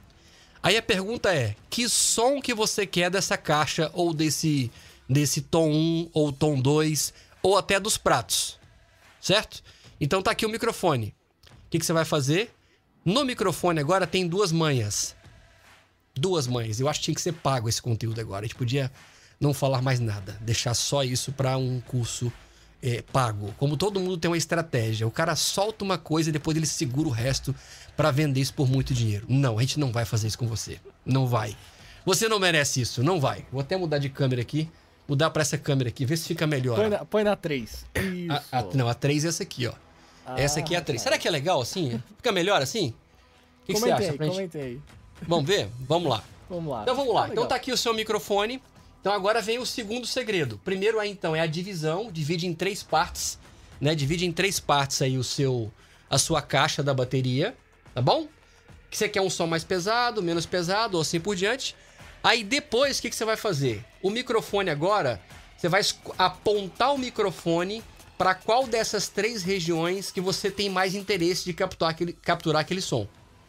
Aí a pergunta é, que som que você quer dessa caixa ou desse tom 1 ou tom 2 ou até dos pratos, certo? Então tá aqui o microfone. O que você vai fazer? No microfone agora tem duas manhas. Duas manhas. Eu acho que tinha que ser pago esse conteúdo agora. A gente podia não falar mais nada. Deixar só isso para um curso pago. Como todo mundo tem uma estratégia. O cara solta uma coisa e depois ele segura o resto para vender isso por muito dinheiro. Não, a gente não vai fazer isso com você. Não vai. Você não merece isso. Não vai. Vou até mudar de câmera aqui. Mudar para essa câmera aqui. Ver se fica melhor. Põe na 3. Isso. Não, a 3 é essa aqui, ó. Essa aqui é a 3. Será que é legal assim? Fica melhor assim? O que você acha? Comentei. Vamos ver? Vamos lá. Vamos lá. Então vamos lá. Então tá aqui o seu microfone. Então agora vem o segundo segredo. Primeiro é a divisão. Divide em 3 partes. Né? Divide em 3 partes aí a sua caixa da bateria. Tá bom? Que você quer um som mais pesado, menos pesado, ou assim por diante. Aí depois, o que você vai fazer? O microfone agora, você vai apontar o microfone para qual dessas 3 regiões que você tem mais interesse de capturar aquele som.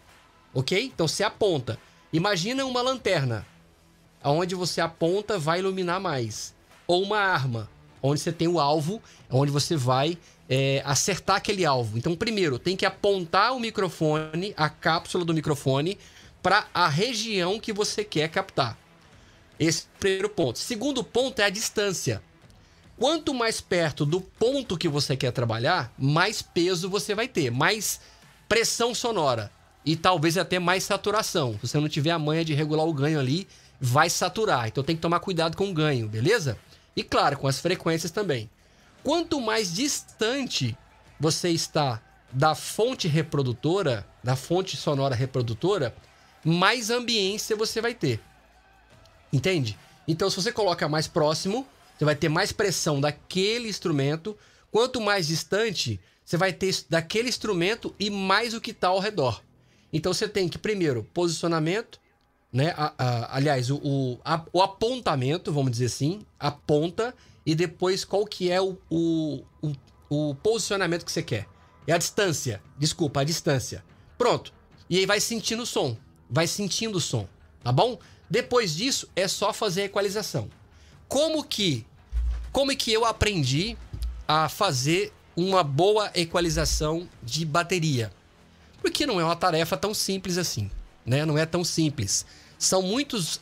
Ok? Então você aponta. Imagina uma lanterna. Aonde você aponta vai iluminar mais. Ou uma arma, onde você tem o alvo, onde você vai acertar aquele alvo. Então, primeiro, tem que apontar o microfone, a cápsula do microfone, para a região que você quer captar. Esse é o primeiro ponto. Segundo ponto é a distância. Quanto mais perto do ponto que você quer trabalhar, mais peso você vai ter, mais pressão sonora e talvez até mais saturação. Se você não tiver a manha de regular o ganho ali, vai saturar. Então tem que tomar cuidado com o ganho, beleza? E claro, com as frequências também. Quanto mais distante você está da fonte reprodutora, da fonte sonora reprodutora, mais ambiência você vai ter. Entende? Então se você coloca mais próximo, você vai ter mais pressão daquele instrumento. Quanto mais distante, você vai ter daquele instrumento e mais o que está ao redor. Então você tem que, primeiro, posicionamento, né? Aliás, o apontamento, vamos dizer assim, aponta, e depois qual que é o posicionamento que você quer. É a distância, desculpa, a distância. Pronto. E aí vai sentindo o som, vai sentindo o som, tá bom? Depois disso, é só fazer a equalização. Como que eu aprendi a fazer uma boa equalização de bateria? Porque não é uma tarefa tão simples assim, né? Não é tão simples. São muitas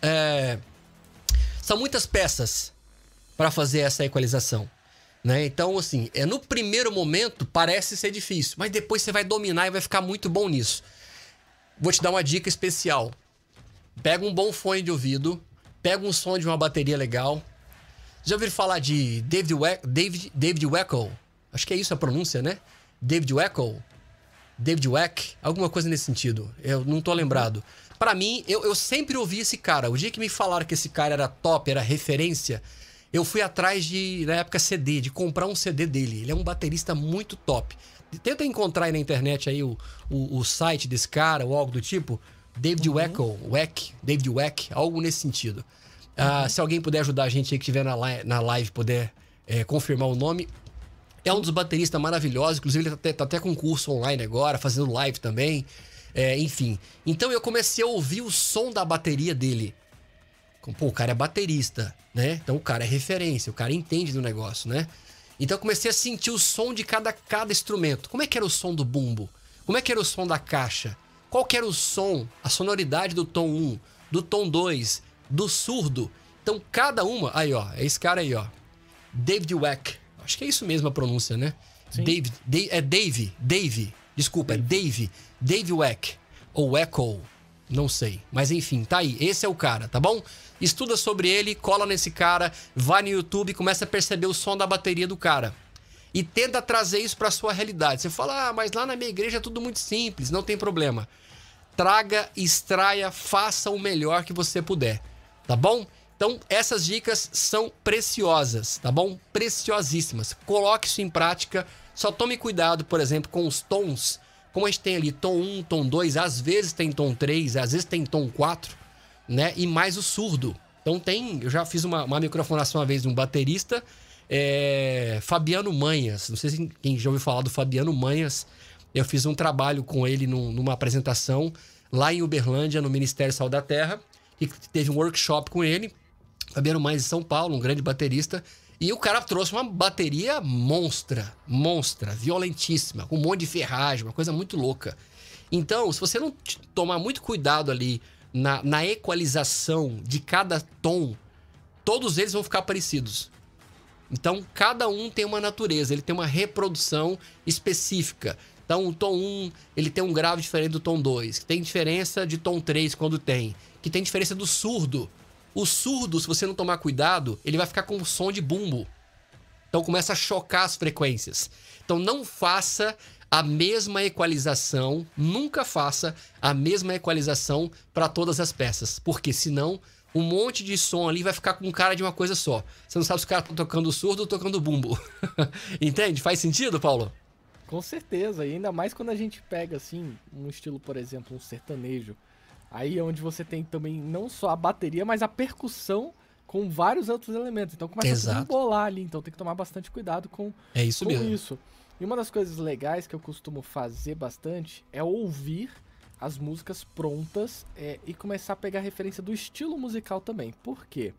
peças para fazer essa equalização, né? Então, assim, no primeiro momento parece ser difícil, mas depois você vai dominar e vai ficar muito bom nisso. Vou te dar uma dica especial. Pega um bom fone de ouvido, pega um som de uma bateria legal. Já ouviram falar de David Weckl? Acho que é isso a pronúncia, né? David Weck, alguma coisa nesse sentido. Eu não tô lembrado. Pra mim, eu sempre ouvi esse cara. O dia que me falaram que esse cara era top, era referência, eu fui atrás na época CD, de comprar um CD dele. Ele é um baterista muito top. Tenta encontrar aí na internet aí o site desse cara ou algo do tipo. David Weck, algo nesse sentido. Se alguém puder ajudar a gente aí que estiver na live, puder confirmar o nome. É um dos bateristas maravilhosos. Inclusive ele tá até com curso online agora, fazendo live também. Enfim. Então eu comecei a ouvir o som da bateria dele. Pô, o cara é baterista, né? Então o cara é referência, o cara entende do negócio, né? Então eu comecei a sentir o som de cada instrumento. Como é que era o som do bumbo? Como é que era o som da caixa? Qual que era o som, a sonoridade do tom 1, do tom 2, do surdo? Então cada uma... Aí, ó. É esse cara aí, ó. David Weck. Acho que é isso mesmo a pronúncia, né? Sim. Dave. Desculpa, Dave Weck. Ou Weckl. Não sei. Mas enfim, tá aí. Esse é o cara, tá bom? Estuda sobre ele, cola nesse cara, vai no YouTube e começa a perceber o som da bateria do cara. e tenta trazer isso para sua realidade. Você fala, mas lá na minha igreja é tudo muito simples, não tem problema. Traga, extraia, faça o melhor que você puder, tá bom? Então, essas dicas são preciosas, tá bom? Preciosíssimas. Coloque isso em prática. Só tome cuidado, por exemplo, com os tons. Como a gente tem ali tom 1, tom 2, às vezes tem tom 3, às vezes tem tom 4, né? E mais o surdo. Então eu já fiz uma microfonação uma vez de um baterista, Fabiano Manhas. Não sei se quem já ouviu falar do Fabiano Manhas. Eu fiz um trabalho com ele numa apresentação lá em Uberlândia, no Ministério Saúde da Terra. E teve um workshop com ele. Fabiano Manhas de São Paulo, um grande baterista. E o cara trouxe uma bateria monstra, violentíssima, com um monte de ferragem, uma coisa muito louca. Então, se você não tomar muito cuidado ali na equalização de cada tom, todos eles vão ficar parecidos. Então, cada um tem uma natureza, ele tem uma reprodução específica. Então, o tom 1, ele tem um grave diferente do tom 2, que tem diferença de tom 3 quando tem, que tem diferença do surdo. O surdo, se você não tomar cuidado, ele vai ficar com um som de bumbo. Então começa a chocar as frequências. Então não faça a mesma equalização, nunca faça a mesma equalização para todas as peças. Porque senão um monte de som ali vai ficar com cara de uma coisa só. Você não sabe se o cara tá tocando surdo ou tocando bumbo. Entende? Faz sentido, Paulo? Com certeza, e ainda mais quando a gente pega assim, um estilo, por exemplo, um sertanejo. Aí é onde você tem também não só a bateria, mas a percussão com vários outros elementos. Então começa a embolar ali, então tem que tomar bastante cuidado com isso mesmo. Isso. E uma das coisas legais que eu costumo fazer bastante é ouvir as músicas prontas e começar a pegar referência do estilo musical também. Por quê?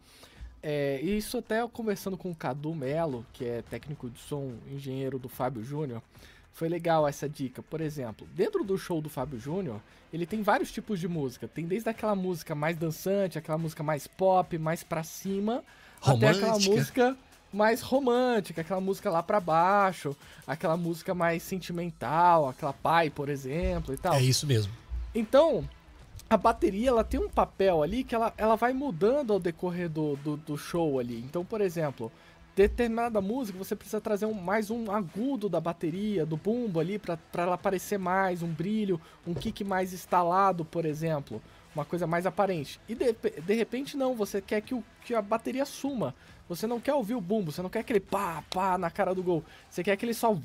E isso até eu conversando com o Cadu Melo, que é técnico de som, engenheiro do Fábio Júnior, foi legal essa dica. Por exemplo, dentro do show do Fábio Júnior, ele tem vários tipos de música. Tem desde aquela música mais dançante, aquela música mais pop, mais pra cima, romântica, até aquela música mais romântica, aquela música lá pra baixo, aquela música mais sentimental, aquela Pai, por exemplo, e tal. É isso mesmo. Então, a bateria, ela tem um papel ali que ela vai mudando ao decorrer do show ali. Então, por exemplo, determinada música, você precisa trazer mais um agudo da bateria, do bumbo ali, pra ela aparecer mais, um brilho, um kick mais instalado, por exemplo. Uma coisa mais aparente. E de repente não, você quer que a bateria suma. Você não quer ouvir o bumbo, você não quer aquele pá, pá na cara do gol. Você quer aquele só...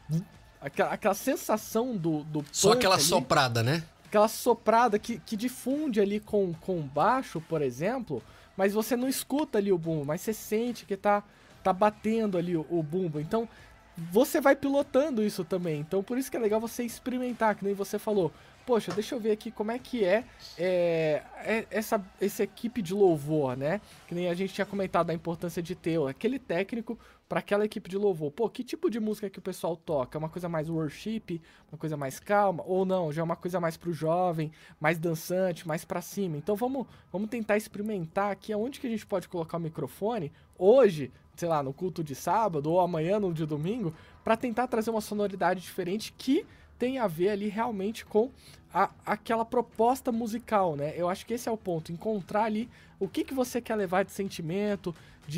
Aquela sensação do só aquela ali, soprada, né? Aquela soprada que difunde ali com baixo, por exemplo, mas você não escuta ali o bumbo, mas você sente que tá batendo ali o bumbo. Então, você vai pilotando isso também. Então, por isso que é legal você experimentar, que nem você falou. Poxa, deixa eu ver aqui como é que essa equipe de louvor, né? Que nem a gente tinha comentado a importância de ter aquele técnico para aquela equipe de louvor. Pô, que tipo de música que o pessoal toca? É uma coisa mais worship, uma coisa mais calma? Ou não, já é uma coisa mais pro jovem, mais dançante, mais pra cima? Então vamos tentar experimentar aqui aonde que a gente pode colocar o microfone hoje, sei lá, no culto de sábado ou amanhã no de domingo, para tentar trazer uma sonoridade diferente que tem a ver ali realmente com aquela proposta musical, né? Eu acho que esse é o ponto, encontrar ali o que você quer levar de sentimento,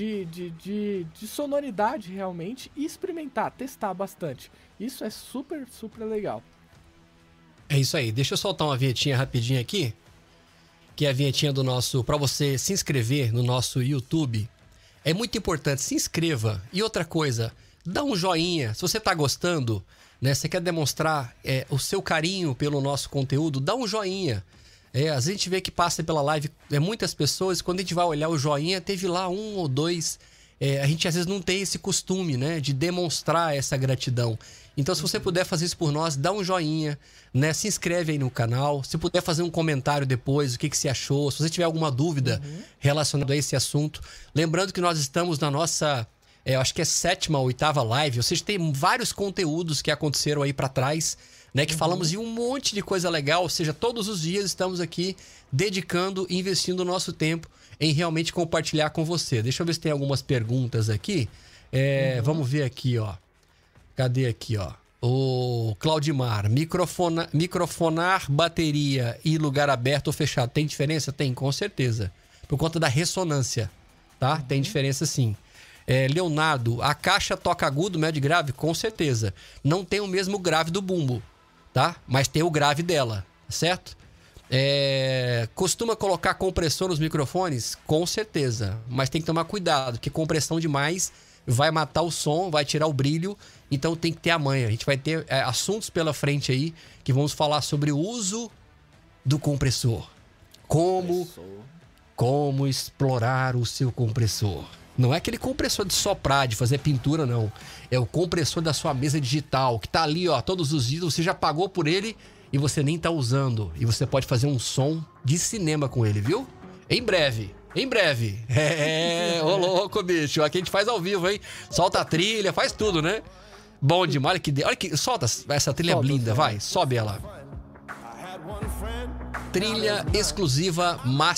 de sonoridade realmente e experimentar, testar bastante. Isso é super, super legal. É isso aí. Deixa eu soltar uma vinhetinha rapidinho aqui, que é a vinhetinha do nosso... Para você se inscrever no nosso YouTube. É muito importante, se inscreva. E outra coisa, dá um joinha. Se você tá gostando, né, você quer demonstrar o seu carinho pelo nosso conteúdo, dá um joinha. Às vezes a gente vê que passa pela live muitas pessoas, quando a gente vai olhar o joinha, teve lá 1 ou 2. A gente às vezes não tem esse costume, né, de demonstrar essa gratidão. Então, se você puder fazer isso por nós, dá um joinha, né? Se inscreve aí no canal. Se puder fazer um comentário depois, o que você achou. Se você tiver alguma dúvida relacionada a esse assunto. Lembrando que nós estamos na nossa, eu acho que é 7ª ou 8ª live. Ou seja, tem vários conteúdos que aconteceram aí para trás, né? Que falamos de um monte de coisa legal. Ou seja, todos os dias estamos aqui dedicando, investindo o nosso tempo em realmente compartilhar com você. Deixa eu ver se tem algumas perguntas aqui. Vamos ver aqui, ó. Cadê aqui, ó? O Claudimar, microfonar bateria e lugar aberto ou fechado, tem diferença? Tem, com certeza. Por conta da ressonância, tá? Tem diferença sim. Leonardo, a caixa toca agudo, médio e grave? Com certeza. Não tem o mesmo grave do bumbo, tá? Mas tem o grave dela, certo? Costuma colocar compressor nos microfones? Com certeza. Mas tem que tomar cuidado, porque compressão demais vai matar o som, vai tirar o brilho. Então tem que ter a manha. A gente vai ter assuntos pela frente aí que vamos falar sobre o uso do compressor. Como explorar o seu compressor. Não é aquele compressor de soprar, de fazer pintura, não. É o compressor da sua mesa digital, que tá ali, ó, todos os dias. Você já pagou por ele e você nem tá usando. E você pode fazer um som de cinema com ele, viu? Em breve. Ô louco, bicho. Aqui a gente faz ao vivo, hein? Solta a trilha, faz tudo, né? Bom demais. Olha que solta essa trilha linda, vai. Sobe ela. Trilha exclusiva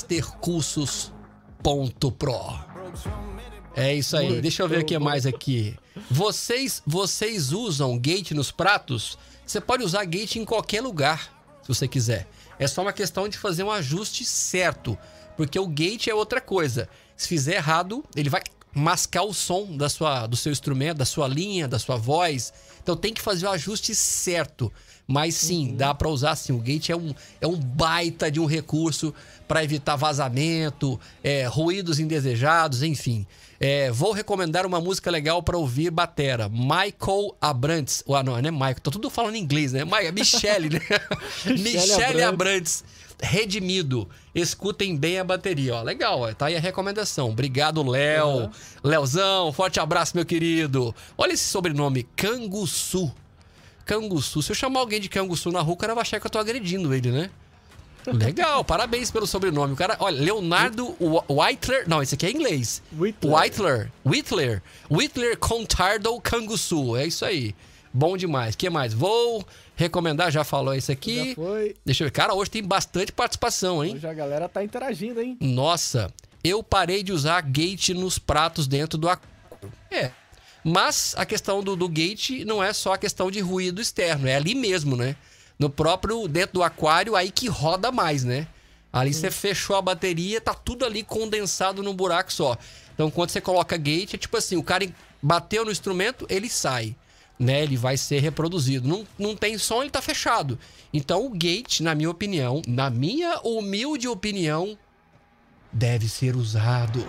mastercursos.pro. É isso aí. Deixa eu ver o que mais aqui. Vocês usam gate nos pratos? Você pode usar gate em qualquer lugar, se você quiser. É só uma questão de fazer um ajuste certo. Porque o gate é outra coisa. Se fizer errado, ele vai mascar o som do seu instrumento, da sua linha, da sua voz. Então tem que fazer o ajuste certo. Mas sim, dá para usar sim. O gate é um baita de um recurso para evitar vazamento, ruídos indesejados, enfim. Vou recomendar uma música legal para ouvir batera. Michael Abrantes. Não é Michael, tô tudo falando em inglês, né? Michele, né? Michele Abrantes. Redimido. Escutem bem a bateria, ó. Legal, ó. Tá aí a recomendação. Obrigado, Léo. Léozão, forte abraço, meu querido. Olha esse sobrenome, Canguçu. Canguçu. Se eu chamar alguém de Canguçu na rua, o cara vai achar que eu tô agredindo ele, né? Legal, parabéns pelo sobrenome. O cara, olha, Leonardo Whitler. Não, esse aqui é inglês. Whitler Contardo Canguçu. É isso aí. Bom demais. O que mais? Vou recomendar, já falou isso aqui. Já foi. Deixa eu ver. Cara, hoje tem bastante participação, hein? Hoje a galera tá interagindo, hein? Nossa, eu parei de usar gate nos pratos dentro do aquário. Mas a questão do gate não é só a questão de ruído externo, é ali mesmo, né? No próprio, dentro do aquário, aí que roda mais, né? Ali você fechou a bateria, tá tudo ali condensado num buraco só. Então quando você coloca gate, é tipo assim, o cara bateu no instrumento, ele sai, né? Ele vai ser reproduzido. Não tem som, ele tá fechado. Então o gate, na minha opinião, na minha humilde opinião, deve ser usado.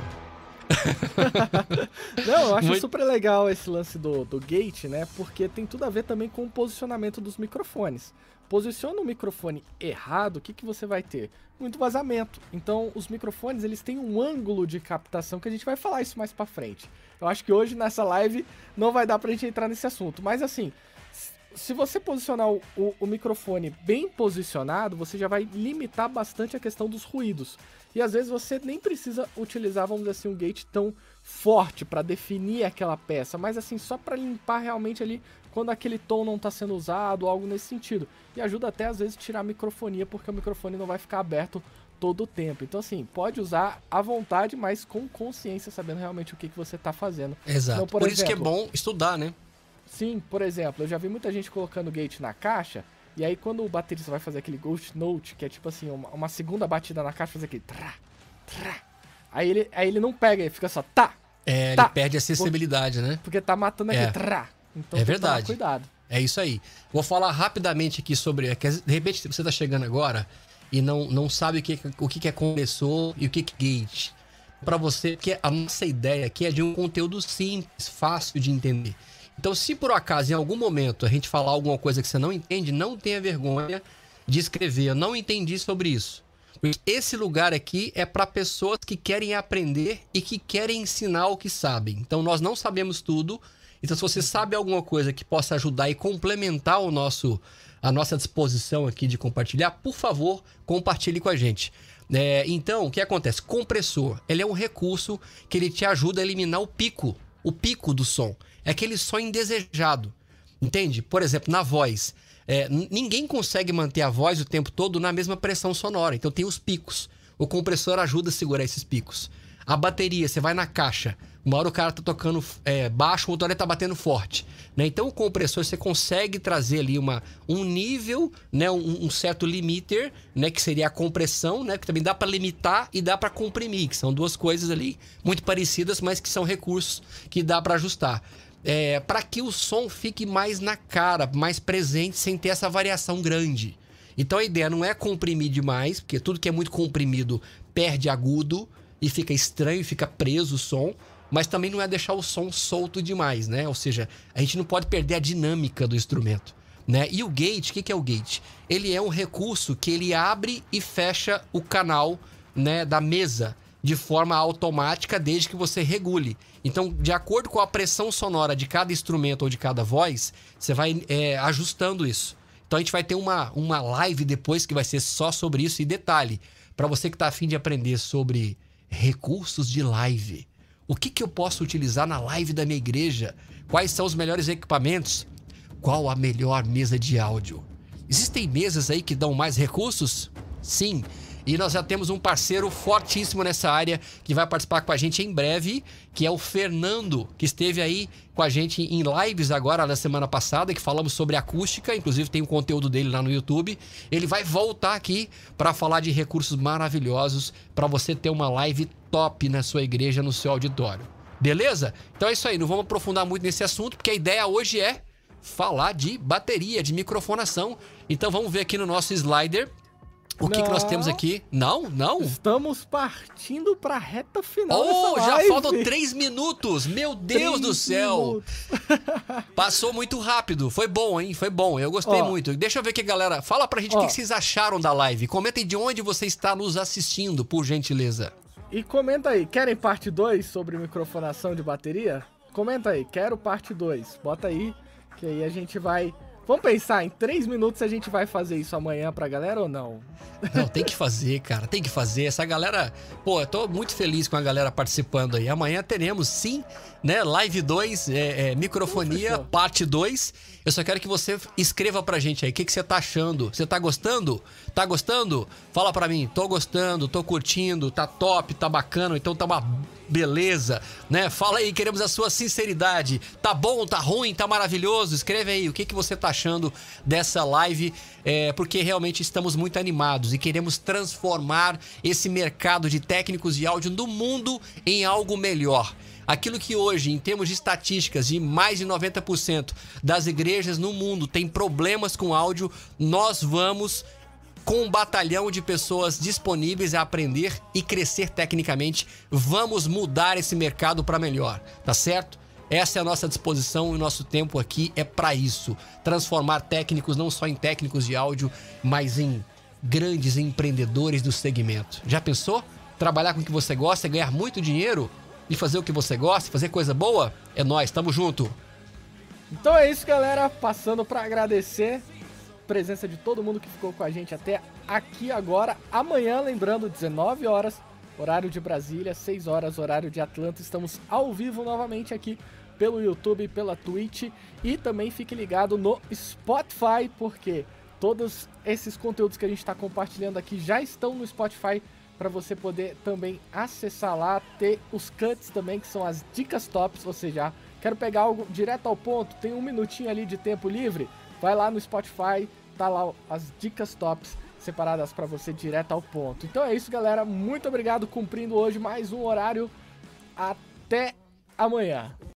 Não, eu acho super legal esse lance do gate, né? Porque tem tudo a ver também com o posicionamento dos microfones. Posiciona o microfone errado, o que você vai ter? Muito vazamento. Então, os microfones, eles têm um ângulo de captação que a gente vai falar isso mais pra frente. Eu acho que hoje, nessa live, não vai dar pra gente entrar nesse assunto. Mas, assim, se você posicionar o microfone bem posicionado, você já vai limitar bastante a questão dos ruídos. E às vezes você nem precisa utilizar, vamos dizer assim, um gate tão forte para definir aquela peça, mas assim, só para limpar realmente ali quando aquele tom não está sendo usado, algo nesse sentido. E ajuda até às vezes tirar a microfonia, porque o microfone não vai ficar aberto todo o tempo. Então assim, pode usar à vontade, mas com consciência, sabendo realmente o que você está fazendo. Exato, então, por exemplo, isso que é bom estudar, né? Sim, por exemplo, eu já vi muita gente colocando gate na caixa. E aí quando o baterista vai fazer aquele ghost note, que é tipo assim, uma segunda batida na caixa, fazer aquele trá, trá. Aí ele não pega, ele fica só tá. Ele perde a sensibilidade, né? Porque tá matando aquele trá. Então é verdade. Tomar cuidado. É isso aí. Vou falar rapidamente aqui sobre... De repente você tá chegando agora e não sabe o que é compressor e o que é gate. Pra você, porque a nossa ideia aqui é de um conteúdo simples, fácil de entender. Então, se por acaso, em algum momento, a gente falar alguma coisa que você não entende, não tenha vergonha de escrever. Eu não entendi sobre isso. Porque esse lugar aqui é para pessoas que querem aprender e que querem ensinar o que sabem. Então, nós não sabemos tudo. Então, se você sabe alguma coisa que possa ajudar e complementar a nossa disposição aqui de compartilhar, por favor, compartilhe com a gente. Então, o que acontece? Compressor, ele é um recurso que ele te ajuda a eliminar o pico do som. É aquele som indesejado, entende? Por exemplo, na voz. Ninguém consegue manter a voz o tempo todo na mesma pressão sonora. Então tem os picos. O compressor ajuda a segurar esses picos. A bateria, você vai na caixa. Uma hora o cara tá tocando baixo, outra hora tá batendo forte, né? Então o compressor você consegue trazer ali um nível, né? Um certo limiter, né? Que seria a compressão, né? Que também dá para limitar e dá para comprimir, que são duas coisas ali muito parecidas, mas que são recursos que dá para ajustar. Para que o som fique mais na cara, mais presente, sem ter essa variação grande. Então a ideia não é comprimir demais, porque tudo que é muito comprimido perde agudo e fica estranho, fica preso o som. Mas também não é deixar o som solto demais, né? Ou seja, a gente não pode perder a dinâmica do instrumento, né? E o gate, o que é o gate? Ele é um recurso que ele abre e fecha o canal, né, da mesa de forma automática, desde que você regule. Então, de acordo com a pressão sonora de cada instrumento ou de cada voz, você vai ajustando isso. Então a gente vai ter uma live depois que vai ser só sobre isso. E detalhe, para você que está a fim de aprender sobre recursos de live, o que eu posso utilizar na live da minha igreja? Quais são os melhores equipamentos? Qual a melhor mesa de áudio? Existem mesas aí que dão mais recursos? Sim. E nós já temos um parceiro fortíssimo nessa área que vai participar com a gente em breve, que é o Fernando, que esteve aí com a gente em lives agora na semana passada, que falamos sobre acústica, inclusive tem um conteúdo dele lá no YouTube. Ele vai voltar aqui para falar de recursos maravilhosos para você ter uma live top na sua igreja, no seu auditório. Beleza? Então é isso aí, não vamos aprofundar muito nesse assunto, porque a ideia hoje é falar de bateria, de microfonação. Então vamos ver aqui no nosso slider o que nós temos aqui. Não? Estamos partindo pra reta final Oh, dessa já live. faltam 3 minutos. Meu Deus do céu. Passou muito rápido. Foi bom, hein? Foi bom. Eu gostei muito. Deixa eu ver aqui, galera. Fala pra gente o que vocês acharam da live. Comentem de onde você está nos assistindo, por gentileza. E comenta aí, querem parte 2 sobre microfonação de bateria? Comenta aí, quero parte 2. Bota aí, que aí a gente vai... Vamos pensar, em 3 minutos a gente vai fazer isso amanhã pra galera ou não? Não, tem que fazer, cara, tem que fazer. Essa galera, pô, eu tô muito feliz com a galera participando aí. Amanhã teremos, sim, né, live 2, microfonia, parte 2. Eu só quero que você escreva pra gente aí, o que você tá achando? Você tá gostando? Tá gostando? Fala pra mim, tô gostando, tô curtindo, tá top, tá bacana, então tá uma beleza, né? Fala aí, queremos a sua sinceridade. Tá bom, tá ruim, tá maravilhoso? Escreve aí o que você tá achando dessa live, porque realmente estamos muito animados e queremos transformar esse mercado de técnicos de áudio do mundo em algo melhor. Aquilo que hoje, em termos de estatísticas, de mais de 90% das igrejas no mundo tem problemas com áudio, nós vamos, com um batalhão de pessoas disponíveis a aprender e crescer tecnicamente, vamos mudar esse mercado para melhor, tá certo? Essa é a nossa disposição e o nosso tempo aqui é para isso. Transformar técnicos não só em técnicos de áudio, mas em grandes empreendedores do segmento. Já pensou? Trabalhar com o que você gosta, ganhar muito dinheiro e fazer o que você gosta, fazer coisa boa? É nóis, tamo junto. Então é isso, galera. Passando para agradecer a presença de todo mundo que ficou com a gente até aqui agora. Amanhã, lembrando, 19 horas, horário de Brasília, 6 horas, horário de Atlanta. Estamos ao vivo novamente aqui pelo YouTube, pela Twitch. E também fique ligado no Spotify, porque todos esses conteúdos que a gente está compartilhando aqui já estão no Spotify, para você poder também acessar lá, ter os cuts também, que são as dicas tops, ou seja, quero pegar algo direto ao ponto, tem um minutinho ali de tempo livre, vai lá no Spotify, tá lá as dicas tops separadas para você direto ao ponto. Então é isso, galera, muito obrigado, cumprindo hoje mais um horário, até amanhã.